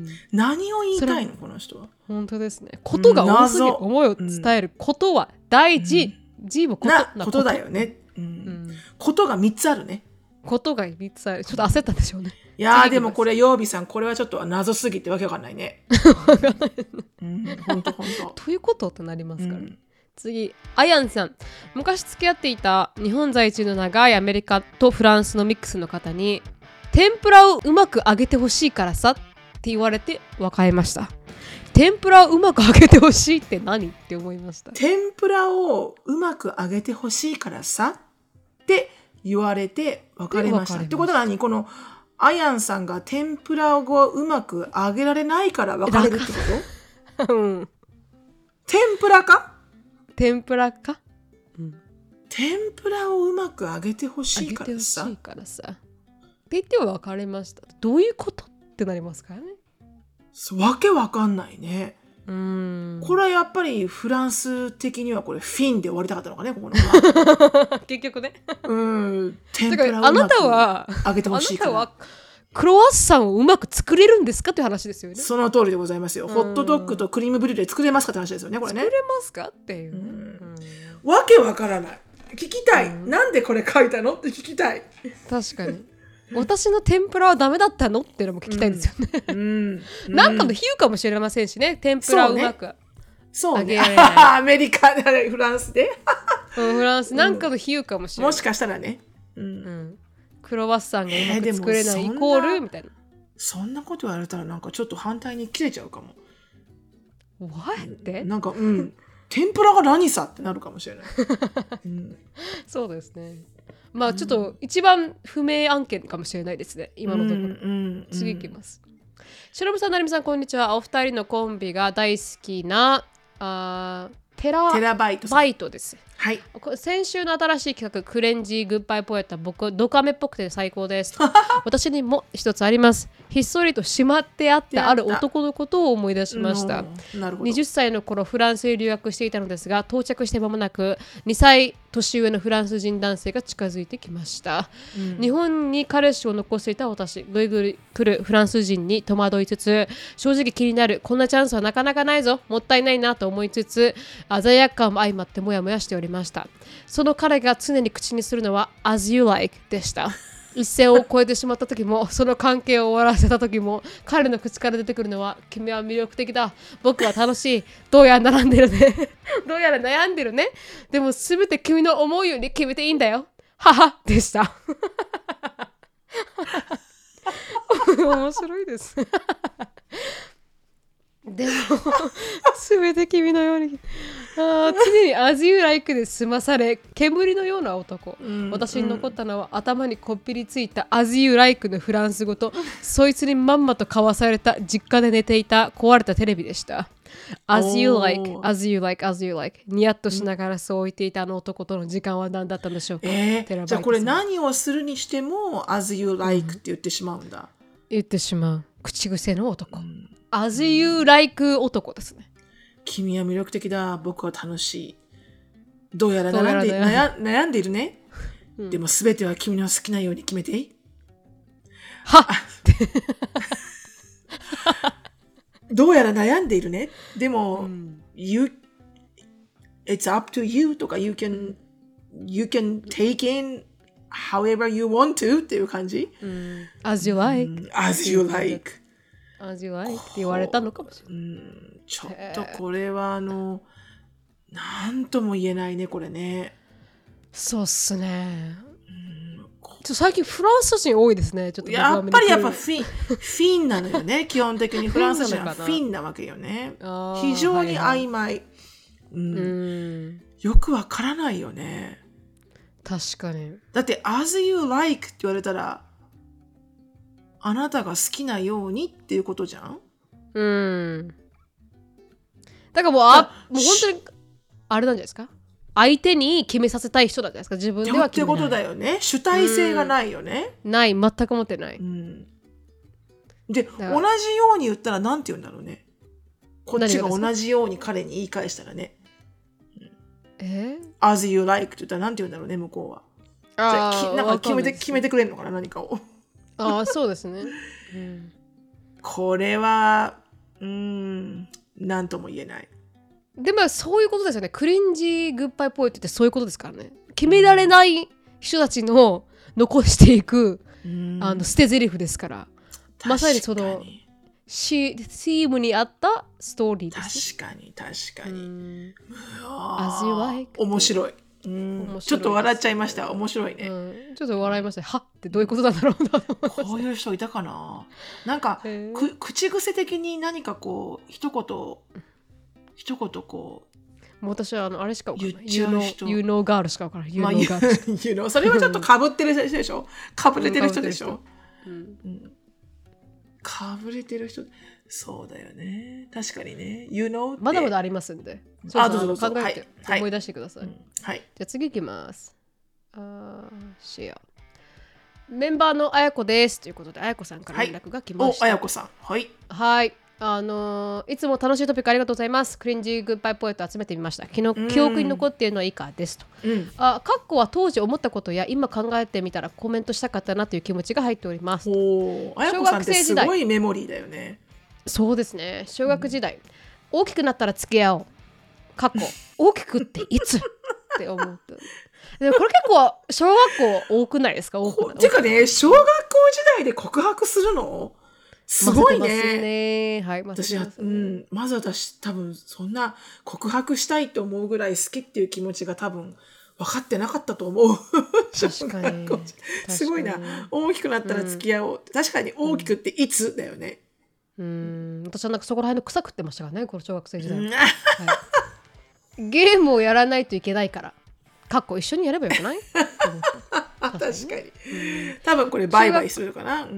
何を言いたいのこの人は。 本当ですね。ことが多すぎる、うん、思いを伝えることは大事、うん、G もことなことだよね、うんうん、ことがみっつあるね。 ことがみっつある。ちょっと焦ったでしょうね。 いやーでもこれ曜日さん、これはちょっと謎すぎてわけわかんないねわかんない、 うん、ほんとほんとということってなりますから、ね、うん、次、アヤンさん、昔付き合っていた日本在住の長いアメリカとフランスのミックスの方に天ぷらをうまく揚げてほしいからさって言われて別れました。天ぷらをうまく揚げてほしいって何って思いました。 天ぷらをうまく揚げてほしいからさって言われて別れました。ってことは何？このアヤンさんが天ぷらをうまく揚げられないから別れるってこと？うん。天ぷらか？ 天ぷらか？ うん。天ぷらをうまく揚げてほしいからさ。 揚げてほしいからさ。って言っては別れました。どういうことってなりますからね。 わけわかんないね。 うーん、 これはやっぱりフランス的にはこれフィンで終わりたかったのかね、ここのは結局ね。 うん、天ぷらをうまく揚げてほしいから。 あなたはクロワッサンをうまく作れるんですかっていう話ですよね。 その通りでございますよ。ホットドッグとクリームブリュレ作れますかって話ですよね、これね。 作れますかっていう、うんうん、わけわからない。聞きたい、うん、なんでこれ書いたのって聞きたい。 確かに私の天ぷらはダメだったのっていうのも聞きたいですよね、うんうん、なんかの比喩かもしれませんしね、天ぷらをうまくそうね、そうねアメリカでフランスでフランスなんかの比喩かもしれない、 もしかしたらね、うんうん、 クロワッサンがうまく作れないイコールみたいな。 そんなこと言われたらなんかちょっと反対に切れちゃうかも。 What? ってなんかうん天ぷらが何さってなるかもしれない、うん、 そうですね。まあちょっと一番不明案件かもしれないですね今のところ、うんうんうん、次いきます。しのぶさん、なるみさん、こんにちは。お二人のコンビが大好きなあテラテラバイトバイトです。 はい、 先週の新しい企画クレンジーグッバイポエットは僕ドカメっぽくて最高です私にも一つあります。ひっそりとしまってあったある男のことを思い出しました。 なるほど。 にじゅっさいの頃フランスへ留学していたのですが、到着して間もなくにさい年上のフランス人男性が近づいてきました、うん、日本に彼氏を残していた私、ぐいぐい来るフランス人に戸惑いつつ、正直気になる、こんなチャンスはなかなかないぞ、もったいないなと思いつつ、罪悪感も相まってもやもやしておりました。その彼が常に口にするのは As you like でした一線を越えてしまった時も、その関係を終わらせた時も、彼の口から出てくるのは、君は魅力的だ、僕は楽しい、どうやら悩んでるねどうやら悩んでるね、でも全て君の思うように決めていいんだよ、ははでした面白いですでも全て君のようにあ常に As you like で済まされ、煙のような男、うん、私に残ったのは、うん、頭にこっぴりついた As you like のフランス語とそいつにまんまと交わされた実家で寝ていた壊れたテレビでした。 As you like, as you like, as you like ニヤッとしながらそう言っていたあの男との時間は何だったんでしょうか、 えー、じゃあこれ何をするにしても As you like って言ってしまうんだ、うん、 言ってしまう口癖の男、うん、As you like 男ですね。 君は魅力的だ、僕は楽しい、どうやら悩んで、悩、悩んでいるね、うん、でも全ては君の好きなように決めていいはどうやら悩んでいるね、でも、うん、you it's up to you とか you can you can take in however you want to っていう感じ、うん、 as you like、 うん、as you like as you like って言われたのかもしれない、うん、 ちょっとこれはあのなんとも言えないねこれね。 そうっすね、うん、ちょ最近フランス人多いですね。ちょっとやっぱりやっぱフィンフィンなのよね基本的にフランス人はフィンなわけよね非常に曖昧、はいはい、うん、うんよくわからないよね。 確かに。 だって as you like って言われたらあなたが好きなようにっていうことじゃん。 うん。だからもうあもう本当にあれなんじゃないですか。相手に決めさせたい人なんじゃないですか。自分では決めない。 ってことだよね。主体性がないよね。 ない、全く持ってない。うん、 で同じように言ったらなんて言うんだろうね。こっちが同じように彼に言い返したらね。 え as you like って言ったらなんて言うんだろうね向こうは。あじゃあなんか決めて決めてくれるのかな何かを。 ああそうですね、うん、 これはうーん何とも言えない。 でもそういうことですよね。クリンジグッバイポエってってそういうことですからね。決められない人たちの残していく、うん、あの捨て台詞ですから、まさにそのシームにあったストーリーです、 ね、確かに確かに、うん、 As you like 面白い。うんちょっと笑っちゃいました。面白いね、うん、 ちょっと笑いました。はってどういうことなんだろうなと思いました。 こういう人いたかな。なんかく口癖的に何かこう一言一言こうもう私はあのあれしか分からない。You know, you know girl しか分からない。You know girl、you know、それはちょっとかぶってる人でしょ。かぶれてる人でしょ。うんうん、かぶれてる人そうだよね。確かにね。You know まだまだありますんで。そうそうあどうぞどうぞ考えて、はい、思い出してください。 はい。はい、 じゃあ次いきます。あシェア。メンバーのあやこですということで、あやこさんから連絡が来ました。 はい、おあやこさん。はい。 はい。あのー、いつも楽しいトピックありがとうございます。クリンジグッバイポエット集めてみました。昨日記憶に残っているのは以下ですと。うん、あカッコは当時思ったことや今考えてみたらコメントしたかったなという気持ちが入っております。 おあやこさんってすごいメモリーだよね。 そうですね。小学時代、うん、大きくなったら付き合おう。カッコ大きくっていつって思った。でもこれ結構小学校多くないですか。多くてかね小学校時代で告白するのすごいね。 混ぜてますね。はい、 私は、うん、まず私多分そんな告白したいと思うぐらい好きっていう気持ちが多分分かってなかったと思う。 確かにすごいな。大きくなったら付き合おう、うん、確かに大きくっていつだよね。 うん、私はなんかそこら辺の草食ってましたからね、この小学生時代、はい、ゲームをやらないといけないからかっこ一緒にやればよくない確かに、うん、多分これバイバイするのかな、うん、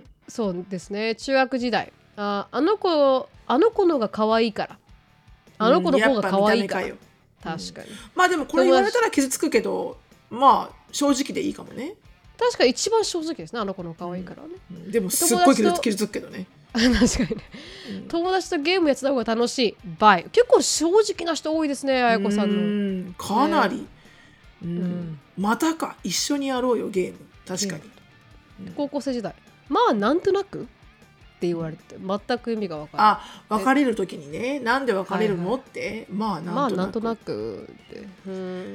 そうですね。中学時代、あ、あの子あの子のが可愛いから、あの子の方が可愛いから、うん、確かに、うん、 まあでもこれ言われたら傷つくけど、まあ正直でいいかもね。 確かに一番正直ですね、あの子の可愛いからね、 うん、でもすっごい傷つくけどね。 確かにね、うん、友達とゲームやってた方が楽しい。バイ結構正直な人多いですね、あやこさんの。 うんかなり、ね、うんうん、またか一緒にやろうよゲーム。確かに、 うん、高校生時代まあなんとなくって言われて全く意味が分からない。 あ、別れる時にね、なんで別れるの、はいはい、ってまあなんとなく、まあなんとなくって、うん、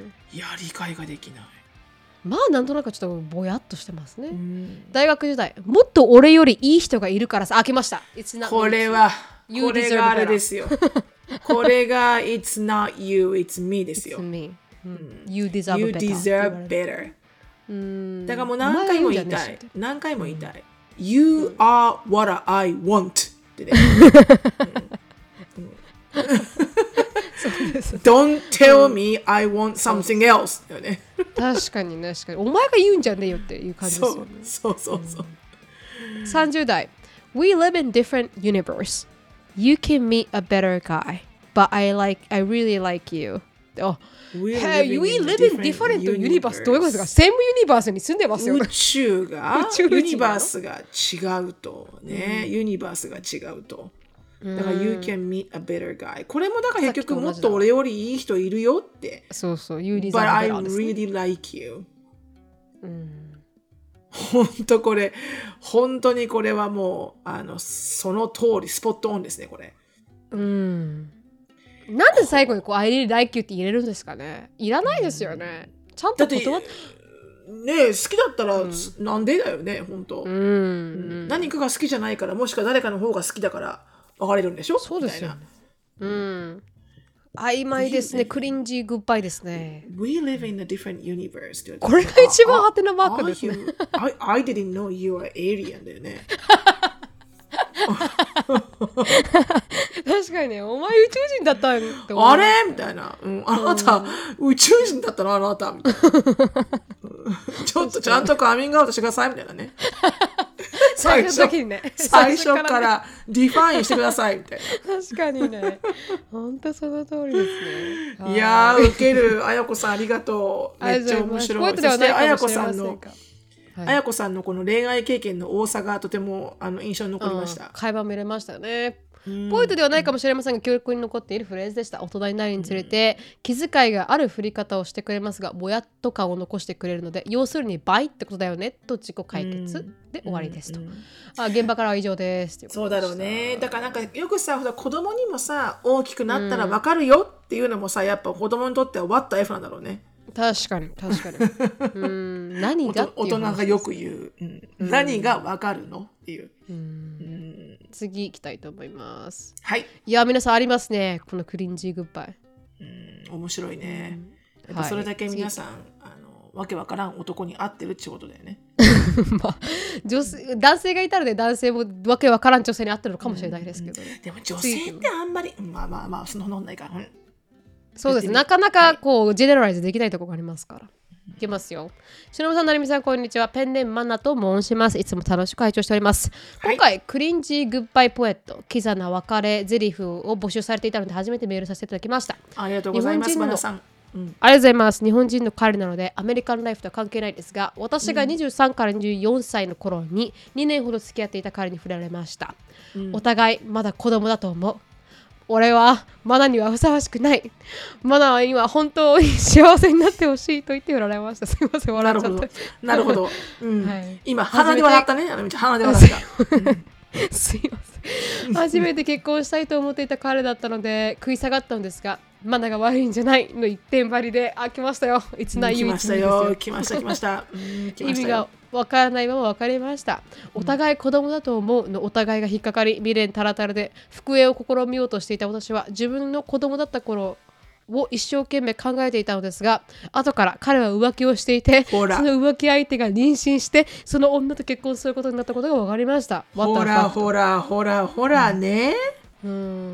やりがいができない。 まあなんとなくちょっとぼやっとしてますね、うん、大学時代もっと俺よりいい人がいるからさ。開けました。 これはこれがあれですよこれが It's not you, it's me ですよ。 It's me、うん、You deserve You better, deserve better。 うん、だからもう何回も言いたい何回も言いたい、うん、You are what I want ってね、うんうんDon't tell me I want something else だよね。 確かに確かにお前が言うんじゃねえよっていう感じですよね。 そうそうそうそう、 うん、さんじゅう代 We live in different universe. You can meet a better guy, but I like I really like you. あ、We live in different universe どういうことですか。セムユニバースに住んでますよ。 宇宙がユニバースが違うとね、うん、ユニバースが違うとだから You can meet a better guy。 これもだから結局もっと俺よりいい人いるよって。 そうそう You deserve But I better ですね。 really like you、うん、本当これ本当にこれはもうあのその通りスポットオンですねこれ。 うん、なんで最後にこう I really like you って入れるんですかね。いらないですよね、うん、ちゃんと言葉ねえ好きだったら、うん、なんでだよね本当、うんうん、何かが好きじゃないからもしくは誰かの方が好きだから別れるんでしょ。 そうですよね。うん。曖昧ですね。クリンジーグッバイですね。 We live in a different universe。 これが一番ハテナマークですね。 I, I didn't know you are alien だよね。 確かにね、お前宇宙人だったんって思う。 あれみたいな、うん、あなた、うん、宇宙人だったのあなたみたいな。ちょっとちゃんとカミングアウトしてくださいみたいなね。 最初の時にね、 最初からディファインしてくださいみたいな。確かにね、本当その通りですね。いやー、ウケる。あやこさんありがとう。めっちゃ面白い。そしてあやこさんのあやこさんのこの恋愛経験の多さがとてもあの印象に残りました。 会話見れましたね。ポイントではないかもしれませんが記憶に残っているフレーズでした。大人になるにつれて気遣いがある振り方をしてくれますがぼやっと感を残してくれるので要するに倍ってことだよねと自己解決で終わりですと。あ、現場からは以上です。 そうだろうね。だからなんかよくさ子供にもさ大きくなったら分かるよっていうのもさやっぱ子供にとっては What the F なんだろうね。 確かに確かにうん何が大人がよく言う、うん、何が分かるのっていう、うんうん、 次行きたいと思います。 はい。 いや皆さんありますねこのクリンジーグッバイ。 うん面白いね、うん、やっぱそれだけ皆さん、はい、あのわけわからん男に会ってるってことだよね。 まあ、女性男性がいたらね男性もわけわからん女性に会ってるのかもしれないですけど、ねうんうん、でも女性ってあんまりまあまあまあその問題か、うん、 そうです。なかなかこう、はい、ジェネラライズできないところがありますから。いきますよ。しのぶさん、なるみさん、こんにちは。ペンネームマナと申します。いつも楽しく拝聴しております。はい、今回、クリンジーグッバイポエット、キザな別れゼリフを募集されていたので、初めてメールさせていただきました。 ありがとうございます、マナさん。 うん、ありがとうございます。日本人の彼なのでアメリカンライフとは関係ないですが、私がにじゅうさんからにじゅうよんさいの頃ににねんほど付き合っていた彼に触れられました。うん、お互いまだ子供だと思う。俺はマナにはふさわしくない。マナは今本当に幸せになってほしいと言っておられました。すいません笑っちゃった。 なるほど。うんはい、今鼻で笑ったね。あの鼻で笑った。 すいません。初めて結婚したいと思っていた彼だったので食い下がったんですが、マナが悪いんじゃないの一点張りで、あ、来ましたよ。いつない来ましたよ。来ました来ました。 意味がわからないまま分かりました。お互い子供だと思うのお互いが引っかかり、未練たらたらで復縁を試みようとしていた私は自分の子供だった頃を一生懸命考えていたのですが、後から彼は浮気をしていて、その浮気相手が妊娠してその女と結婚することになったことが分かりました。 ほらほらほらほらね、 うん、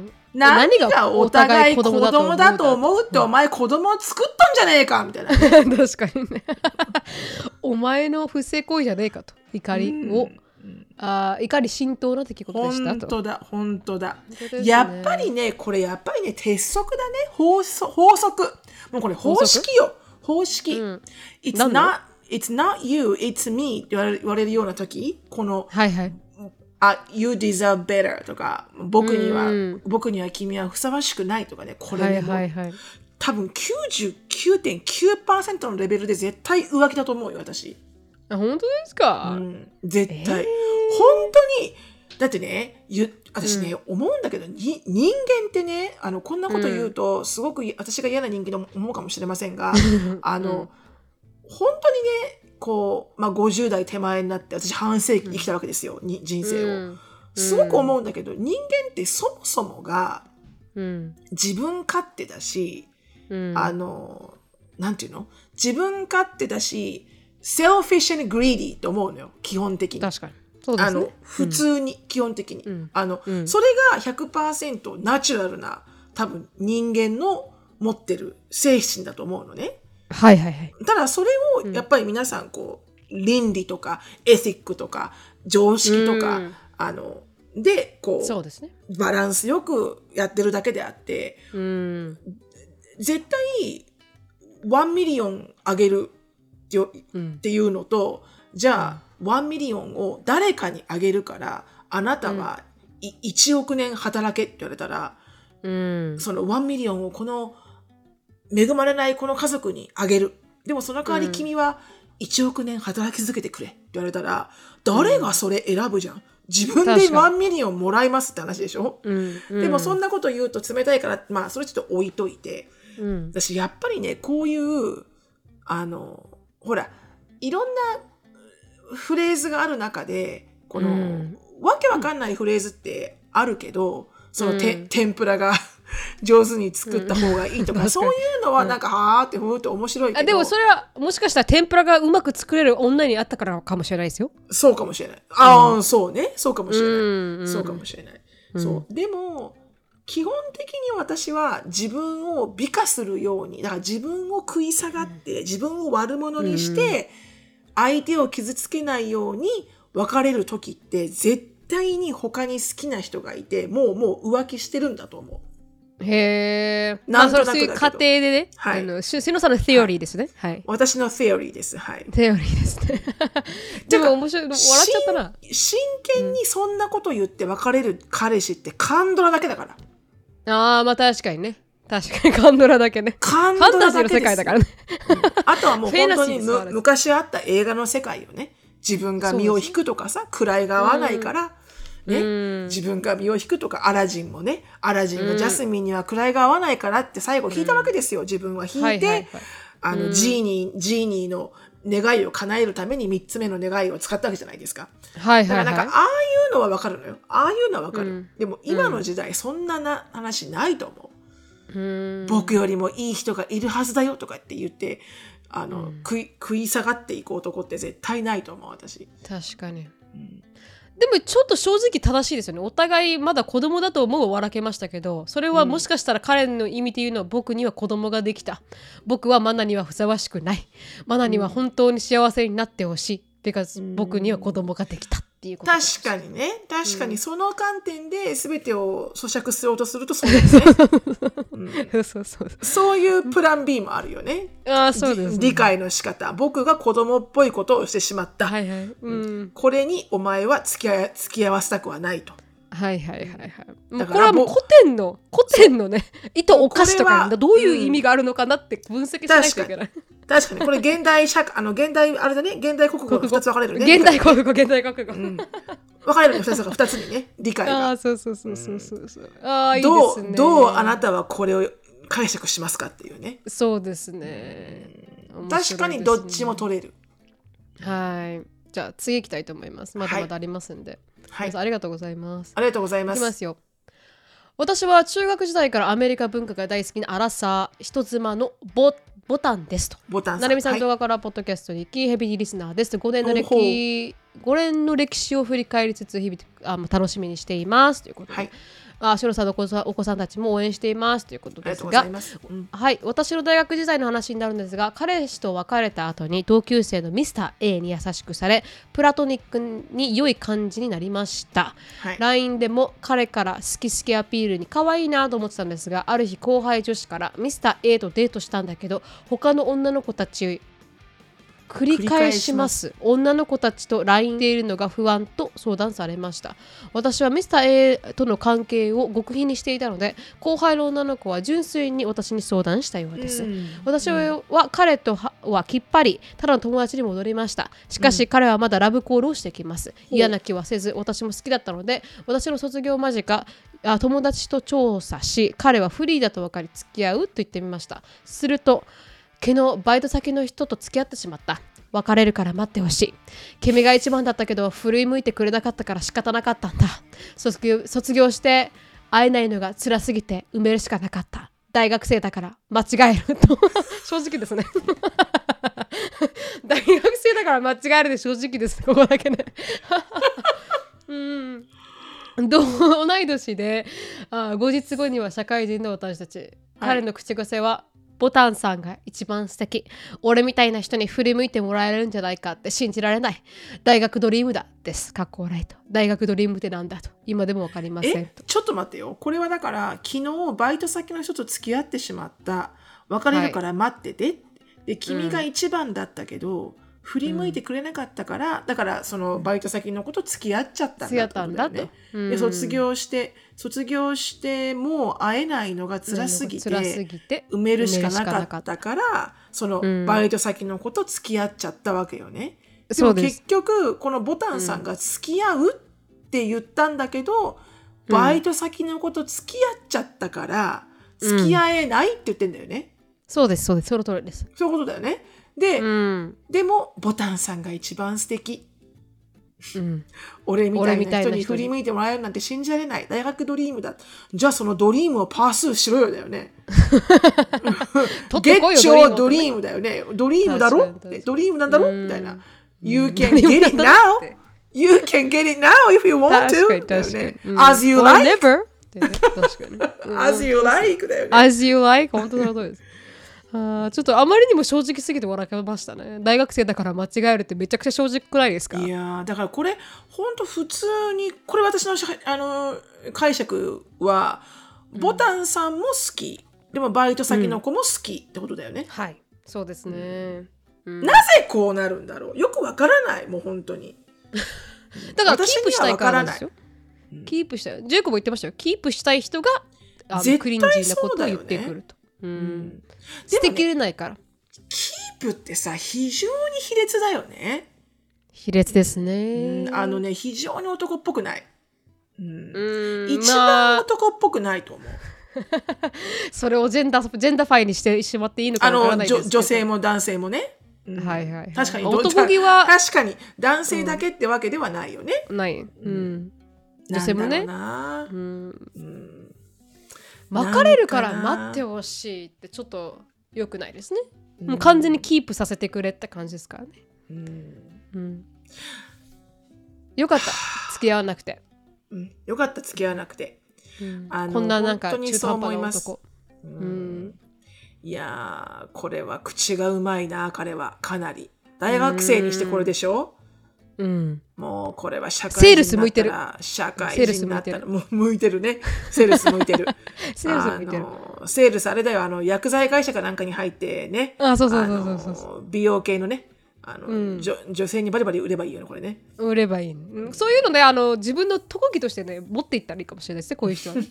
何がお互い子供だと思うって、お前子供を作ったんじゃねえかみたいな確かにねお前の不正行為じゃねえかと怒りを、うんあ怒り浸透な出来事でしたと。 本当だ本当だ、ね、やっぱりねこれやっぱりね鉄則だね、法則、法則もうこれ方式よ、方式、うん、it's not it's not you it's me って言われる、言われるような時、このはいはいあ you deserve better とか、僕には、うん、僕には君はふさわしくないとかね、これね、はいはいはい、多分 きゅうじゅうきゅうてんきゅうパーセント のレベルで絶対浮気だと思うよ私。 あ、本当ですか、 うん、絶対、えー、本当にだってね、私ね、うん、思うんだけどに人間ってね、あのこんなこと言うと、うん、すごく私が嫌な人間と思うかもしれませんがあの、うん、本当にねこう、まあ、ごじゅう代手前になって私半世紀生きたわけですよ、うん、に人生を、うん、すごく思うんだけど、人間ってそもそもが自分勝手だし、うん、あのなんていうの、自分勝手だしselfish and greedy と思うのよ、基本的に。 確かに。そうですね。 あの普通に、うん、基本的に、うん、あの、うん、それが ひゃくパーセント ナチュラルな多分人間の持ってる精神だと思うのね。 はいはいはい。 ただそれをやっぱり皆さんこう、うん、倫理とかエシックとか常識とか、うん、あのでこう、 そうですね、 バランスよくやってるだけであって、うん、絶対ワンミリオンあげるっていうのと、うん、じゃあ、うん、ワンミリオンを誰かにあげるからあなたはいちおく年働けって言われたら、うん、そのワンミリオンをこの恵まれないこの家族にあげる、でもその代わり君はいちおく年働き続けてくれって言われたら、誰がそれ選ぶじゃん。自分でワンミリオンもらいますって話でしょ、うんうん、でもそんなこと言うと冷たいから、まあそれちょっと置いといて、うん、私やっぱりねこういうあのほらいろんなフレーズがある中でこの、うん、わけわかんないフレーズってあるけど、そのて、うん、天ぷらが上手に作った方がいいとか、うん、そういうのはなんか、うん、はーってふーって面白いけど、 あでもそれはもしかしたら天ぷらがうまく作れる女にあったからかもしれないですよ。 そうかもしれない。ああ、うん、そうね、そうかもしれない、うん、そうかもしれない、うん、そうでも基本的に私は自分を美化するように、だから自分を食い下がって自分を悪者にして相手を傷つけないように別れる時って絶対に他に好きな人がいて、もうもう浮気してるんだと思う。 へえ。なんとなくだけど、そういう過程でね、はい、あのしのさんのセオリーですね、はいはい、 私のセオリーです、はい、 セオリーですねでも面白い、笑っちゃったな。 真剣にそんなこと言って別れる彼氏ってカンドラだけだから。 ああ、まあ確かにね。確かにカンドラだけね。 カンドラだけです。 ファンタジーの世界だからね。 うん、あとはもう本当にむ昔あった映画の世界よね。自分が身を引くとかさ、位が合わないから、ね、自分が身を引くとか、アラジンもね、アラジンがジャスミンには位が合わないからって最後引いたわけですよ。自分は引いて、はいはいはい、あの、ジーニー、ジーニーの願いを叶えるためにみっつめの願いを使ったわけじゃないですか。 はいはいはい、 だからなんかああいうのはわかるのよ。ああいうのはわかる、うん、でも今の時代そんなな話ないと思う、うん、僕よりもいい人がいるはずだよとかって言ってあの、うん、食い、食い下がっていく男って絶対ないと思う私。 確かに、うん、でもちょっと正直正しいですよね。お互いまだ子供だと思うを笑けましたけど、それはもしかしたら彼の意味っていうのは、僕には子供ができた、僕はマナにはふさわしくない、マナには本当に幸せになってほしい、うん、because 僕には子供ができたっていうこと。 確かにね、確かにその観点で全てを咀嚼しようとするとそうですね、うん、そうそうそういうプラン B もあるよね。 あ、そうですね、 理解の仕方、僕が子供っぽいことをしてしまった、 はいはい、うん、 これにお前は付き合い、付き合わせたくはないと。 はいはいはいはい。もうこれはもう古典の古典のね、糸お菓子とかにどういう意味があるのかなって分析しないといけない。 確かにこれ現代社会、あの現代あれだね、現代国語のふたつ分かれるね。 現代国語、現代国語、うん、 分かれるね、ふたつがふたつにね、理解が。 あ、そうそうそうそうそうそう、うん、あ、いいですね。 どうどうあなたはこれを解釈しますかっていうね。 そうですね、 うん、確かにどっちも取れる。 はい、じゃあ次行きたいと思います。まだまだありますんで、はい、ありがとうございます。 ありがとうございます。 いきますよ。 私は中学時代からアメリカ文化が大好きなアラサー人妻のボボタンですと。 ボタンさん。 なるみさん、 はい、 動画からポッドキャストに行きヘビーリスナーですと。ごねんの歴ごねんの歴史を振り返りつつ日々あ楽しみにしていますということで、はい、あシロさんのお子さん、お子さんたちも応援していますということですが、うん、はい、私の大学時代の話になるんですが、彼氏と別れた後に同級生のミスター A に優しくされプラトニックに良い感じになりました、はい、ライン でも彼から好き好きアピールに可愛いなと思ってたんですが、ある日後輩女子からミスター A とデートしたんだけど他の女の子たち繰り返します女の子たちと ライン でいるのが不安と相談されました。私はミスター A との関係を極秘にしていたので、後輩の女の子は純粋に私に相談したようです、うん、私は彼とはきっぱりただの友達に戻りました。しかし彼はまだラブコールをしてきます、うん、嫌な気はせず私も好きだったので、私の卒業間近友達と調査し彼はフリーだと分かり付き合うと言ってみました。すると昨日バイト先の人と付き合ってしまった。別れるから待ってほしい。君が一番だったけど振り向いてくれなかったから仕方なかったんだ。卒業、卒業して会えないのが辛すぎて埋めるしかなかった。大学生だから間違えると正直ですね大学生だから間違えるで正直です。ここだけねうん同い年であご日後には社会人の私たち、はい、彼の口癖はボタンさんが一番素敵。俺みたいな人に振り向いてもらえるんじゃないかって信じられない。大学ドリームだです。かっこ笑いと。大学ドリームってなんだと。今でもわかりません。 え、ちょっと待ってよ。これはだから昨日バイト先の人と付き合ってしまった。別れるから待ってて。はい、で君が一番だったけど、うん、振り向いてくれなかったから、うん、だからそのバイト先の子と付き合っちゃったんだってことだよね。うん、で卒業して卒業してもう会えないのが辛すぎて、 辛すぎて埋めるしかなかったからそのバイト先の子と付き合っちゃったわけよね。うん、でも結局このボタンさんが付き合うって言ったんだけど、うん、バイト先の子と付き合っちゃったから付き合えないって言ってんだよね。 うん、そうですそうですその通りです。 そういうことだよね。で、うん、でもボタンさんが一番素敵。うん、俺みたいな人に振り向いてもらえるなんて信じられない。大学ドリームだ。じゃあそのドリームをパースーしろよだよね。ゲッチョドリームだよね。ドリームだろってドリームなんだろみたいな。You can get it now. You can get it now if you want to. だよね。As you like. As you like だよね。 As you like. 本当のことです。あちょっとあまりにも正直すぎて笑けましたね。大学生だから間違えるってめちゃくちゃ正直くないですか？ いやだからこれ本当普通にこれ私のあの解釈はボタンさんも好き、うん、でもバイト先の子も好きってことだよね。 うん、はいそうですね、 うん、なぜこうなるんだろうよくわからない。もう本当にだからキープしたいからですよ。うん、キープしたいジェイコブ言ってましたよ。キープしたい人があのクリンジーなことを言ってくると。うん、捨てきれないから、ね、 キープってさ非常に卑劣だよね。 卑劣ですね、 うん、あのね非常に男っぽくない、うん、うん一番男っぽくないと思う、まあ、それをジェンダージェンダーファイにしてしまっていいのかわからないですけど、 女性も男性もね、 うん、はいはい、はい、 確かに男気は確かに男性だけってわけではないよね、 うん、ない、うん、女性もね、うんうん別れるから待ってほしいってちょっと良くないですね、うん、もう完全にキープさせてくれって感じですからね、うんうん、よかった付き合わなくて、 うん、よかった付き合わなくて、 うん、あのこんななんか中途半端な男、 うんうん、いやこれは口がうまいな彼はかなり大学生にしてこれでしょ、うん、もうこれは社会人になったら社会人になったらもう向いてるね。セールス向いてるセールス向いてる。 セールスあれだよあの薬剤会社かなんかに入ってね、 あそうそうそうそうそう美容系のねあの、うん、女, 女性にバリバリ売ればいいよねこれね。 売ればいい、うん、そういうのねあの自分の特技としてね持っていったらいいかもしれないですねこういう人は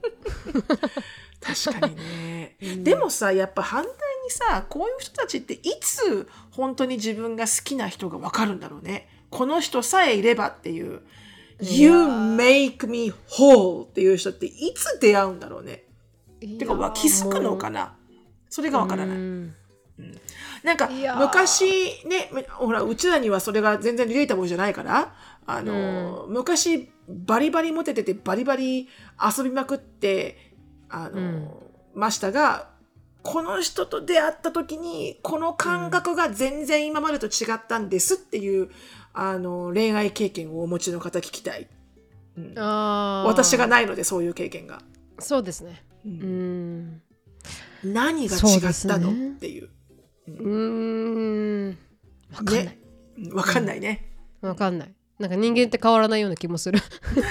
確かにね、うん、でもさやっぱ反対にさこういう人たちっていつ本当に自分が好きな人が分かるんだろうね。この人さえいればっていう You make me whole っていう人っていつ出会うんだろうね。てか気づくのかなそれがわからない、うんうん、 なんか昔ね、ほらうちらにはそれが全然リレータブルじゃないから、あの、うん、昔バリバリモテててバリバリ遊びまくってあの、うん、ましたが、この人と出会った時にこの感覚が全然今までと違ったんですっていう、うん、あの恋愛経験をお持ちの方聞きたい。うん、あ、私がないのでそういう経験が。 そうですね。うん、 何が違ったの、ね、っていう。 うーん、わかんない。 ね、わかんないね。 わかんない。なんか人間って変わらないような気もする。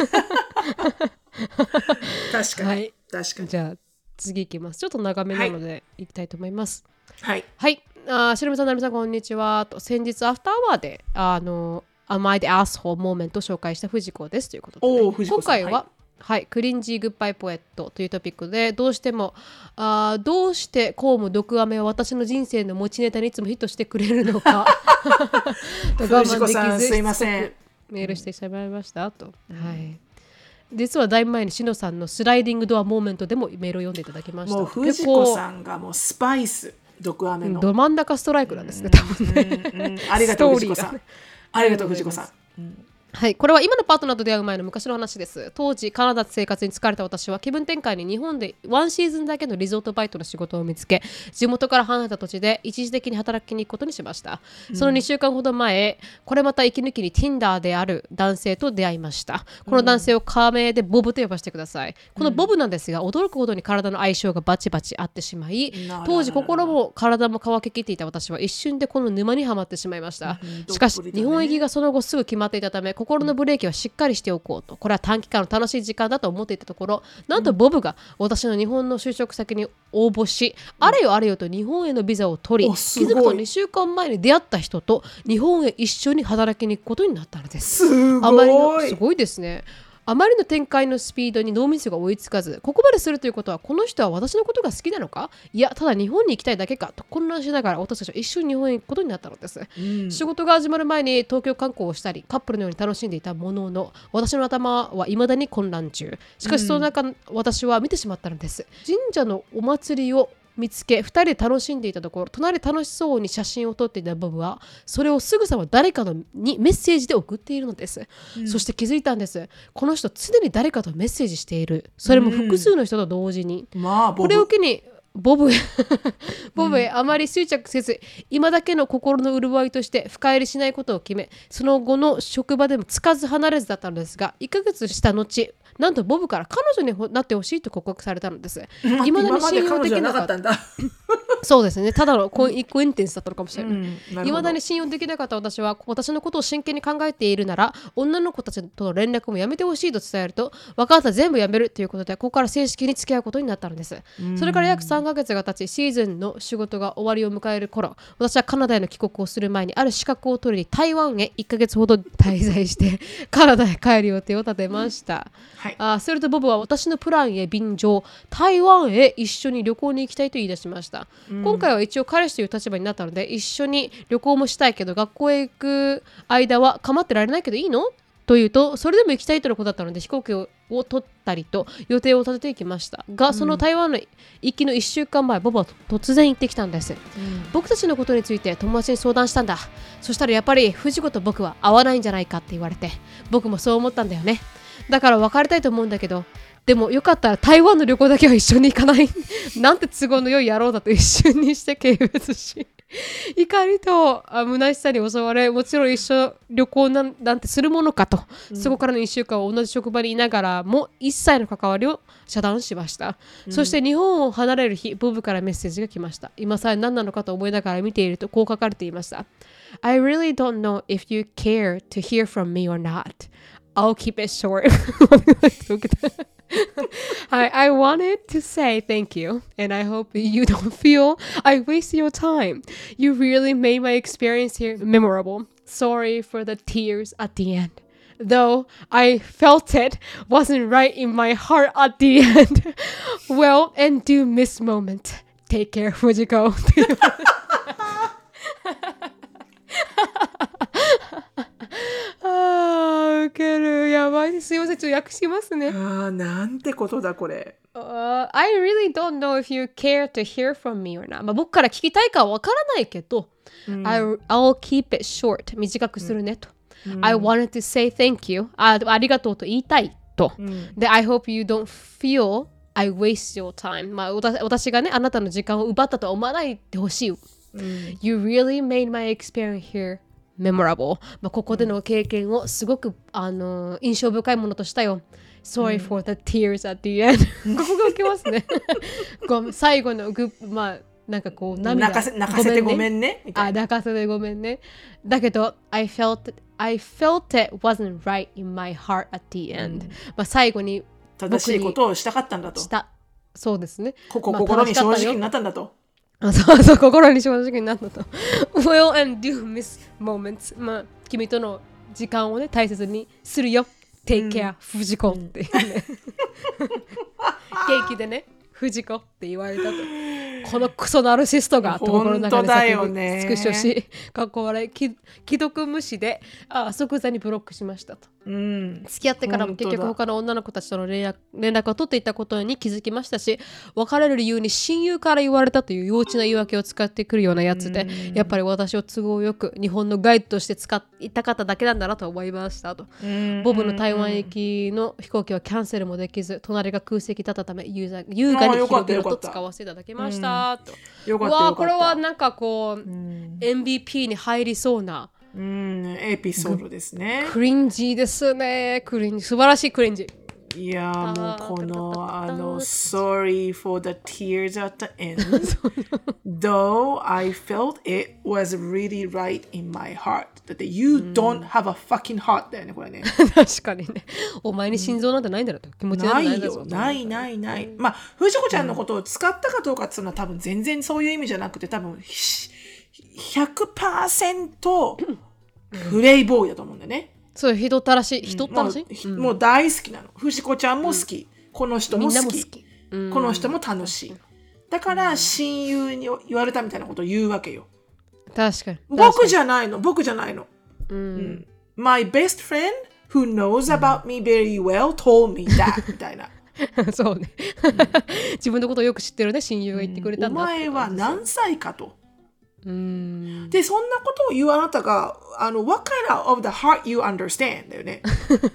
確かに、はい、確かに。 じゃあ次いきます。ちょっと長めなのでいきたいと思います。 はい。 はい。あ、しのぶさん、なるみさん、こんにちは。と先日アフターアワーであの Am I the asshole moment を紹介した藤子ですということで、ね、今回は、はいはい、クリンジーグッバイポエットというトピックで、どうしてもあどうしてこうも毒アメは私の人生の持ちネタにいつもヒットしてくれるのか藤子さんすいません、 メールしてしまいました、うん、と、はい、実はだいぶ前にしのさんのスライディングドアモーメントでもメールを読んでいただきました。 もう藤子さんがもうスパイス、毒アメのど真ん中ストライクなんですね、多分ね、 うんうんうん、ありがとう藤子さん、ありがとう藤子さん、うん、 はい、これは今のパートナーと出会う前の昔の話です。当時カナダ生活に疲れた私は気分転換に日本でワンシーズンだけのリゾートバイトの仕事を見つけ、地元から離れた土地で一時的に働きに行くことにしました、うん、そのにしゅうかんほど前、これまた息抜きに Tinder である男性と出会いました。この男性を仮名でボブと呼ばせてください。このボブなんですが、驚くほどに体の相性がバチバチ合ってしまい、当時心も体も乾ききっていた私は一瞬でこの沼にはまってしまいました、うん、しかし日本行きがその後すぐ決まっていたため、心のブレーキはしっかりしておこうと、これは短期間の楽しい時間だと思っていたところ、なんとボブが私の日本の就職先に応募し、うん、あれよあれよと日本へのビザを取り、気づくとにしゅうかんまえに出会った人と日本へ一緒に働きに行くことになったのです。 すごい、 あまりのすごいですね。あまりの展開のスピードに脳みそが追いつかず、ここまでするということはこの人は私のことが好きなのか、いやただ日本に行きたいだけかと混乱しながら私たちは一緒に日本へ行くことになったのです、うん、仕事が始まる前に東京観光をしたりカップルのように楽しんでいたものの、私の頭は未だに混乱中。しかしその中、うん、私は見てしまったのです。神社のお祭りを見つけ、ふたりで楽しんでいたところ、隣で楽しそうに写真を撮っていたボブはそれをすぐさま誰かのにメッセージで送っているのです、うん、そして気づいたんです。この人常に誰かとメッセージしている、それも複数の人と同時に、うん、まあ、これを機にボブへボブへあまり執着せず、今だけの心の潤いとして深入りしないことを決め、その後の職場でもつかず離れずだったのですが、いっかげつした後、なんとボブから彼女になってほしいと告白されたのです。 いまだに信用できなかったんだ。 そうですね、ただのコインテンスだったのかもしれない。いま、うん、だに信用できなかった私は、私のことを真剣に考えているなら女の子たちとの連絡もやめてほしいと伝えると、分かった全部やめるということで、ここから正式に付き合うことになったのです。それから約さんかげつが経ち、シーズンの仕事が終わりを迎える頃、私はカナダへの帰国をする前にある資格を取りに台湾へいっかげつほど滞在してカナダへ帰る予定を立てました、はい、あするとボブは私のプランへ便乗、台湾へ一緒に旅行に行きたいと言い出しました、うん、今回は一応彼氏という立場になったので、一緒に旅行もしたいけど学校へ行く間は構ってられないけどいいのというと、それでも行きたいとのことだったので飛行機を取ったりと予定を立てていきましたが、その台湾の行きのいっしゅうかんまえ、ボブは突然行ってきたんです、うん、僕たちのことについて友達に相談したんだ。そしたらやっぱり藤子と僕は合わないんじゃないかって言われて、僕もそう思ったんだよね。だから別れたいと思うんだけど、でもよかったら台湾の旅行だけは一緒に行かないなんて都合の良い野郎だと一瞬にして軽蔑し怒りと虚しさに襲われ、もちろん一緒旅行なん、なんてするものかと、うん、そこからのいっしゅうかんは同じ職場にいながらも一切の関わりを遮断しました、うん、そして日本を離れる日、ボブからメッセージが来ました。今さえ何なのかと思いながら見ているとこう書かれていました。 I really don't know if you care to hear from me or not. I'll keep it short. I, I wanted to say thank you, and I hope you don't feel I waste your time. You really made my experience here memorable. Sorry for the tears at the end. Though I felt it wasn't right in my heart at the end. Well, and do miss moment. Take care, Fujiko. あーウケる、やばはい、すいません、ちょっと訳しますね。 ああ、なんてことだこれ。 Uh, I really don't know if you care to hear from me or not. まあ僕から聞きたいかはわからないけど、うん、I, I'll keep it short. 短くするねと。うん、I wanted to say thank you. あ, ありがとうと言いたいと。うん、で、I hope you don't feel I waste your time. まあ私がね、あなたの時間を奪ったとは思わないでほしい。うん、You really made my experience here memorable. まあここでの経験をすごく、あのー、印象深いものとしたよ。Sorry for the tears at the end. ここが受けますね。ごめん、最後のグッまあなんかこう涙泣かせ泣かせてごめんね。 あ、泣かせてごめんね。だけど I felt I felt it wasn't right in my heart at the end、うん、まあ最後に正しいことをしたかったんだと。 した。そうですね。 ここ、まあ、心に正直になったんだと。 あ、そうそう、心に正直になったと。Will and do miss moments。まあ君との時間をね大切にするよ。Take care、うん、藤子っていうね元気でね藤子って言われたと。このクソナルシストがと心の中で叫ぶスクショしかっこ笑い既読無視であ即座にブロックしましたと、うん、付き合ってからも結局他の女の子たちとの連絡、連絡を取っていたことに気づきましたし、別れる理由に親友から言われたという幼稚な言い訳を使ってくるようなやつで、うん、やっぱり私を都合よく日本のガイドとして使いたかっただけなんだなと思いましたと、うん、ボブの台湾行きの飛行機はキャンセルもできず隣が空席だったため優雅に広々と使わせていただきました、うん、とよかったよかった。 これはなんかこう、うん、エムブイピー に入りそうな、 うん、エピソードですね。 クリンジですね。クリンジ、素晴らしいクリンジ。 いやもうこのあの Sorry for the tears at the end though I felt it was really right in my heart だって You don't have a fucking heart だよねこれね確かにね。お前に心臓なんてないんだろうと、気持ちなんてないんだろう。 ないないない。まあ藤子ちゃんのことを使ったかどうかっていうのは多分全然そういう意味じゃなくて、多分 ひゃくパーセント プレイボーイだと思うんだよね。 そう、人たらしい、人たらしい、 うん、もう大好きなの。藤子ちゃんも好き、うん、この人も好き、好き、うん、この人も楽しい。だから親友に言われたみたいなことを言うわけよ。 確かに。 僕じゃないの、僕じゃないの。うんうん、My best friend who knows about me very well told me that みたいな。 そうね。自分のことをよく知ってるね、親友が言ってくれたんだ、 うん。お前は何歳かと。うんでそんなことを言うあなたがあの What kind of the heart you understand だよね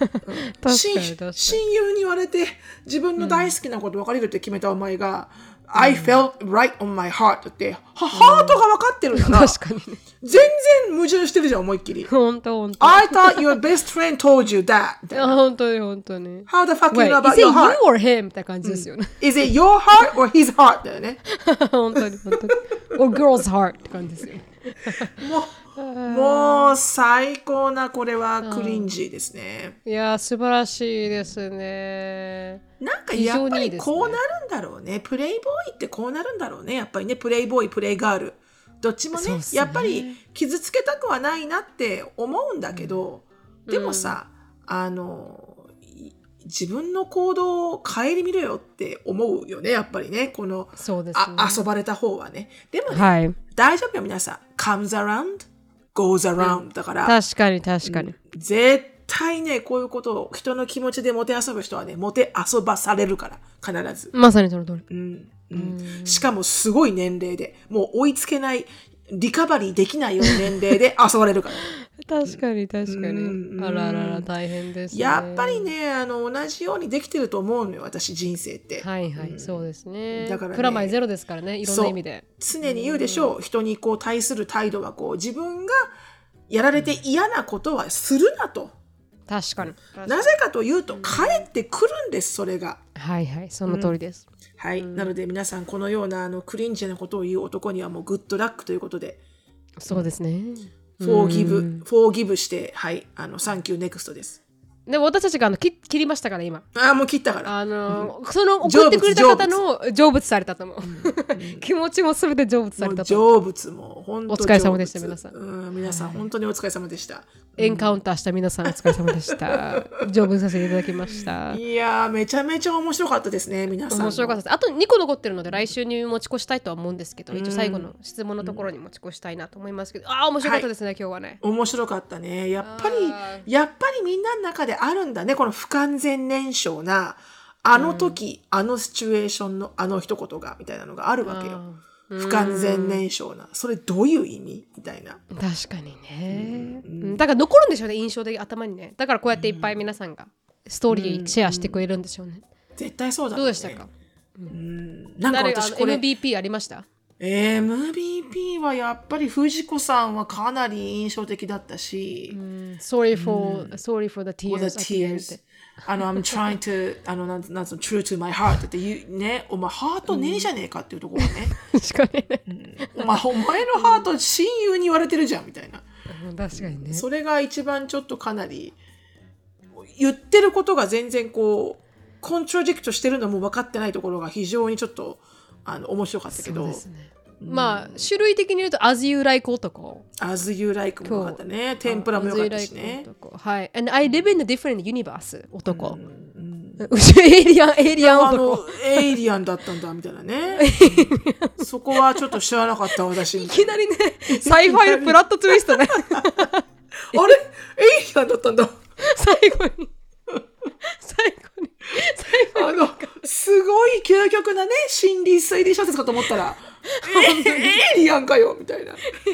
親友に言われて自分の大好きなこと分かれるって決めたお前が、うん、I felt right on my heart って、うん、ハートが分かってるんだな。 確かに、ね、 全然矛盾してるじゃん思いっきり。 本当本当。 I thought your best friend told you that みたいな。 本当に本当に How the fuck you know about your heart? Is it you or him? って感じですよね、 うん、Is it your heart or his heart? だよね本当に本当にor girl's heart って感じですよねもうもう最高なこれはクリンジーですね。 いや素晴らしいですね。 なんかやっぱりこうなるんだろうね。プレイボーイってこうなるんだろうね。やっぱりねプレイボーイプレイガールどっちも ね, ねやっぱり傷つけたくはないなって思うんだけど、うん、でもさ、うん、あの自分の行動を顧みろよって思うよねやっぱりねこのそうですね、 あ遊ばれた方はね。でもね、 はい、 大丈夫よ皆さん comes around goes around、うん、だから確かに確かに、 うん、絶対ねこういうことを人の気持ちでもて遊ぶ人はねもて遊ばされるから必ず。 まさにその通り、 うんうん、しかもすごい年齢でもう追いつけないリカバリーできないような年齢で遊ばれるから確かに確かに、うん、あららら大変ですね。 やっぱりねあの同じようにできてると思うのよ私人生って。 はいはい、うん、そうですね。だからねプラマイゼロですからねいろんな意味で。 常に言うでしょう、うん、人にこう対する態度はこう自分がやられて嫌なことはするなと。 確かに。 なぜかというと帰ってくるんですそれが。 はいはいその通りです、 うんはい、うん、なので皆さんこのようなあのクリンジなことを言う男にはもうグッドラックということで。 そうですね。 フォーギブ、フォーギブして、はい、あの、サンキューネクストです。 でも私たちがあの 切, 切りましたから今。 ああ、もう切ったから。 あの、うん、その送ってくれた方の成仏されたと思う。うん、気持ちもすべて成仏されたと思う。 成仏も本当お疲れ様でした皆さん。 うん、皆さん本当にお疲れ様でした。 エンカウンターした皆さんお疲れ様でした。成仏させていただきました。 いやーめちゃめちゃ面白かったですね皆さん。 面白かったです。あとにこ残ってるので来週に持ち越したいとは思うんですけど、一応最後の質問のところに持ち越したいなと思いますけど、ああ面白かったですね、はい、今日はね。 面白かったね。やっぱりやっぱりみんなの中であるんだね、この不完全燃焼な、あの時、うん、あのシチュエーションのあの一言が、みたいなのがあるわけよ。不完全燃焼な。それどういう意味みたいな。 確かにね、うん。だから残るんでしょうね、印象的頭にね。だからこうやっていっぱい皆さんがストーリーシェアしてくれるんでしょうね。 うん、絶対そうだね。 どうでしたか？ うん、なんか私これエムビーピー ありました？ エムビーピー はやっぱり藤子さんはかなり印象的だったし、うん、 sorry for、うん、sorry for the tears, the tears. あの I'm trying to あのなんなんその true to my heart って言うね、お前ハートねえじゃねえかっていうところね。 確かにね、 うん、お前お前のハート親友に言われてるじゃんみたいな。 確かにね。 それが一番ちょっとかなり言ってることが全然こうコントラディクトしてるのも分かってないところが非常にちょっとあの面白かったけど、そうですね、 うん、まあ種類的に言うと As You Like 男 As You Like もよかったね。天ぷらもよかったしね。 はい。And I live in a different universe 男、うんうん、エイリアンエイリアン男、 エイリアンだったんだみたいなね。そこはちょっと知らなかった私。 いきなりねサイファイのプラットツイストね。 あれエイリアンだったんだ最後に最後に最後にあのすごい究極なね心理推理小説かと思ったらエイリアンかよみたいな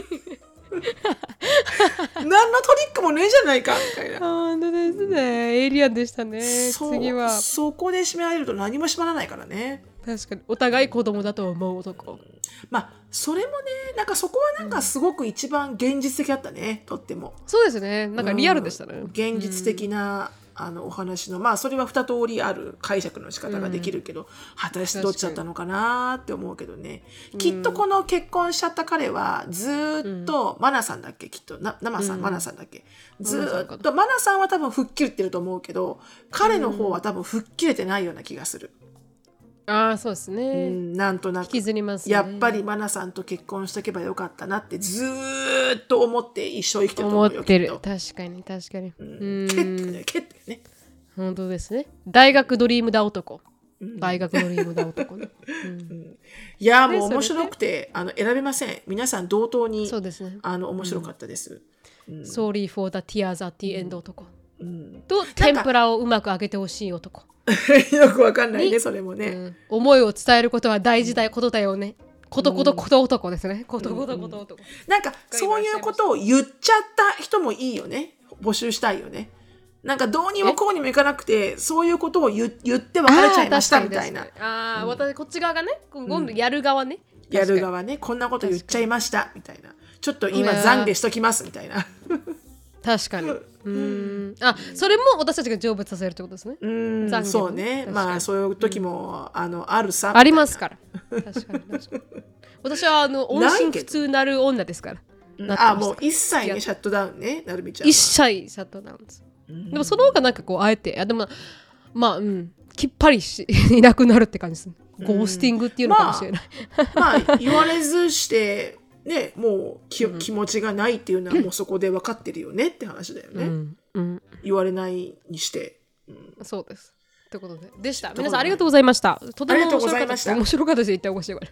何のトリックもねえじゃないかみたいな。 本当ですね、エイリアンでしたね。次はそこで締められると何も締まらないからね。 確かにお互い子供だと思う男、うん、 まあそれもねなんかそこはなんかすごく一番現実的だったね、とっても。 そうですね、なんかリアルでしたね、うん、 現実的な、うん、あのお話のまあそれは二通りある解釈の仕方ができるけど、うん、果たしてどっちだったのかなって思うけどね、うん、きっとこの結婚しちゃった彼はずっと、うん、マナさんだっけきっとな生さん、うん、マナさんだっけずっとマナさんは多分吹っ切れてると思うけど彼の方は多分吹っ切れてないような気がする。 ああそうですね、うん、 なんとなく引きずりますね。 やっぱりマナさんと結婚しとけばよかったなってずーっと思って一生生きてると思うよ。 思ってる。確かに確かに、 うん、ケッてねケッてね本当ですね。大学ドリームだ男、うん、大学ドリームだ男ね、うんうん、 いやもう面白くてあの選べません。皆さん同等にそうです、ね、 あの面白かったです、 うん、Sorry for the tears at the end 男、うん、と天ぷらをうまく揚げてほしい男よくわかんないねそれもね、うん、 思いを伝えることは大事だことだよね、ことことこと男ですね、ことことこと男、うんうん、なんかそういうことを言っちゃった人もいいよね。募集したいよね。なんかどうにもこうにもいかなくてそういうことを 言, 言って別れちゃいましたみたいな。 ああ、うん、私こっち側がね今度やる側ね、 うん、やる側ねこんなこと言っちゃいましたみたいな、ちょっと今懺悔しときますみたいな。 確かにうーんあそれも私たちが成仏させるってことですね。 うん懺悔そうね、まあそういう時も、うん、あのあるさありますから確かに確かに私はあの音信不通なる女ですから、 うん、あもう一切ねシャットダウンねなるみちゃん一切シャットダウンです、うん、でもその方がなんかこうあえてあでもまあうんきっぱりしいなくなるって感じですね、うん、ゴースティングっていうのかもしれない、 まあ、まあ言われずしてね、もうき、うん、気持ちがないっていうのはもうそこで分かってるよねって話だよね、うんうん、言われないにして、 うん、そうですということででした。皆さんありがとうございました。とても面白かったです。面白かったです言って面白いから、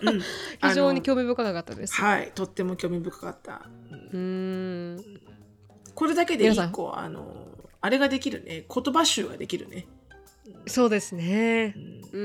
うん、非常に興味深かったです。 はいとっても興味深かった、うん、うんこれだけで一個あのあれができるね言葉集ができるね、 うん、そうですね、 うん、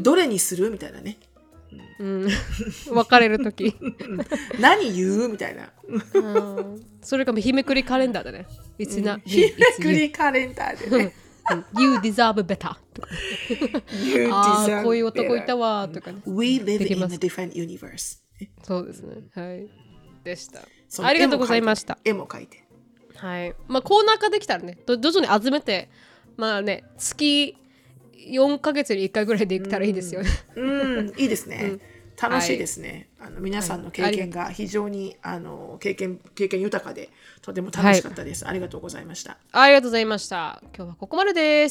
どれにするみたいなねうん、別れるとき何言うみたいなそれかも日めくりカレンダーだね、 うん、日めくりカレンダーでね You deserve better とかあこういう男いたわとかね We live in a different universe そうですねはいでした。ありがとうございました。 絵も描いてはいまあコーナー化できたらね徐々に集めてまあね月よんかげつにいっかいぐらいできたらいいですよね。 うん、うん、いいですね、うん、楽しいですね、はい、あの皆さんの経験が非常に、はい、あの経験経験豊かでとても楽しかったです、はい、ありがとうございました。 ありがとうございました。今日はここまでです。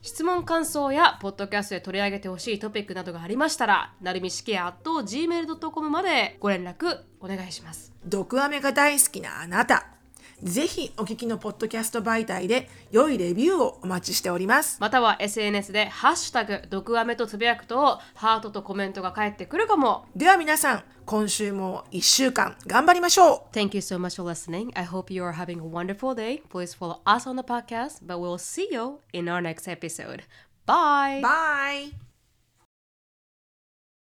質問感想やポッドキャストで取り上げてほしいトピックなどがありましたら、なるみしきや アットジーメールドットコム までご連絡お願いします。 毒アメが大好きなあなた、ぜひお聞きのポッドキャスト媒体で良いレビューをお待ちしております。 または エスエヌエス でハッシュタグ毒アメとつぶやくとハートとコメントが返ってくるかも。 では皆さん、今週もいっしゅうかん頑張りましょう。Thank you so much for listening. I hope you are having a wonderful day. Please follow us on the podcast, but we'll see you in our next episode. Bye! Bye!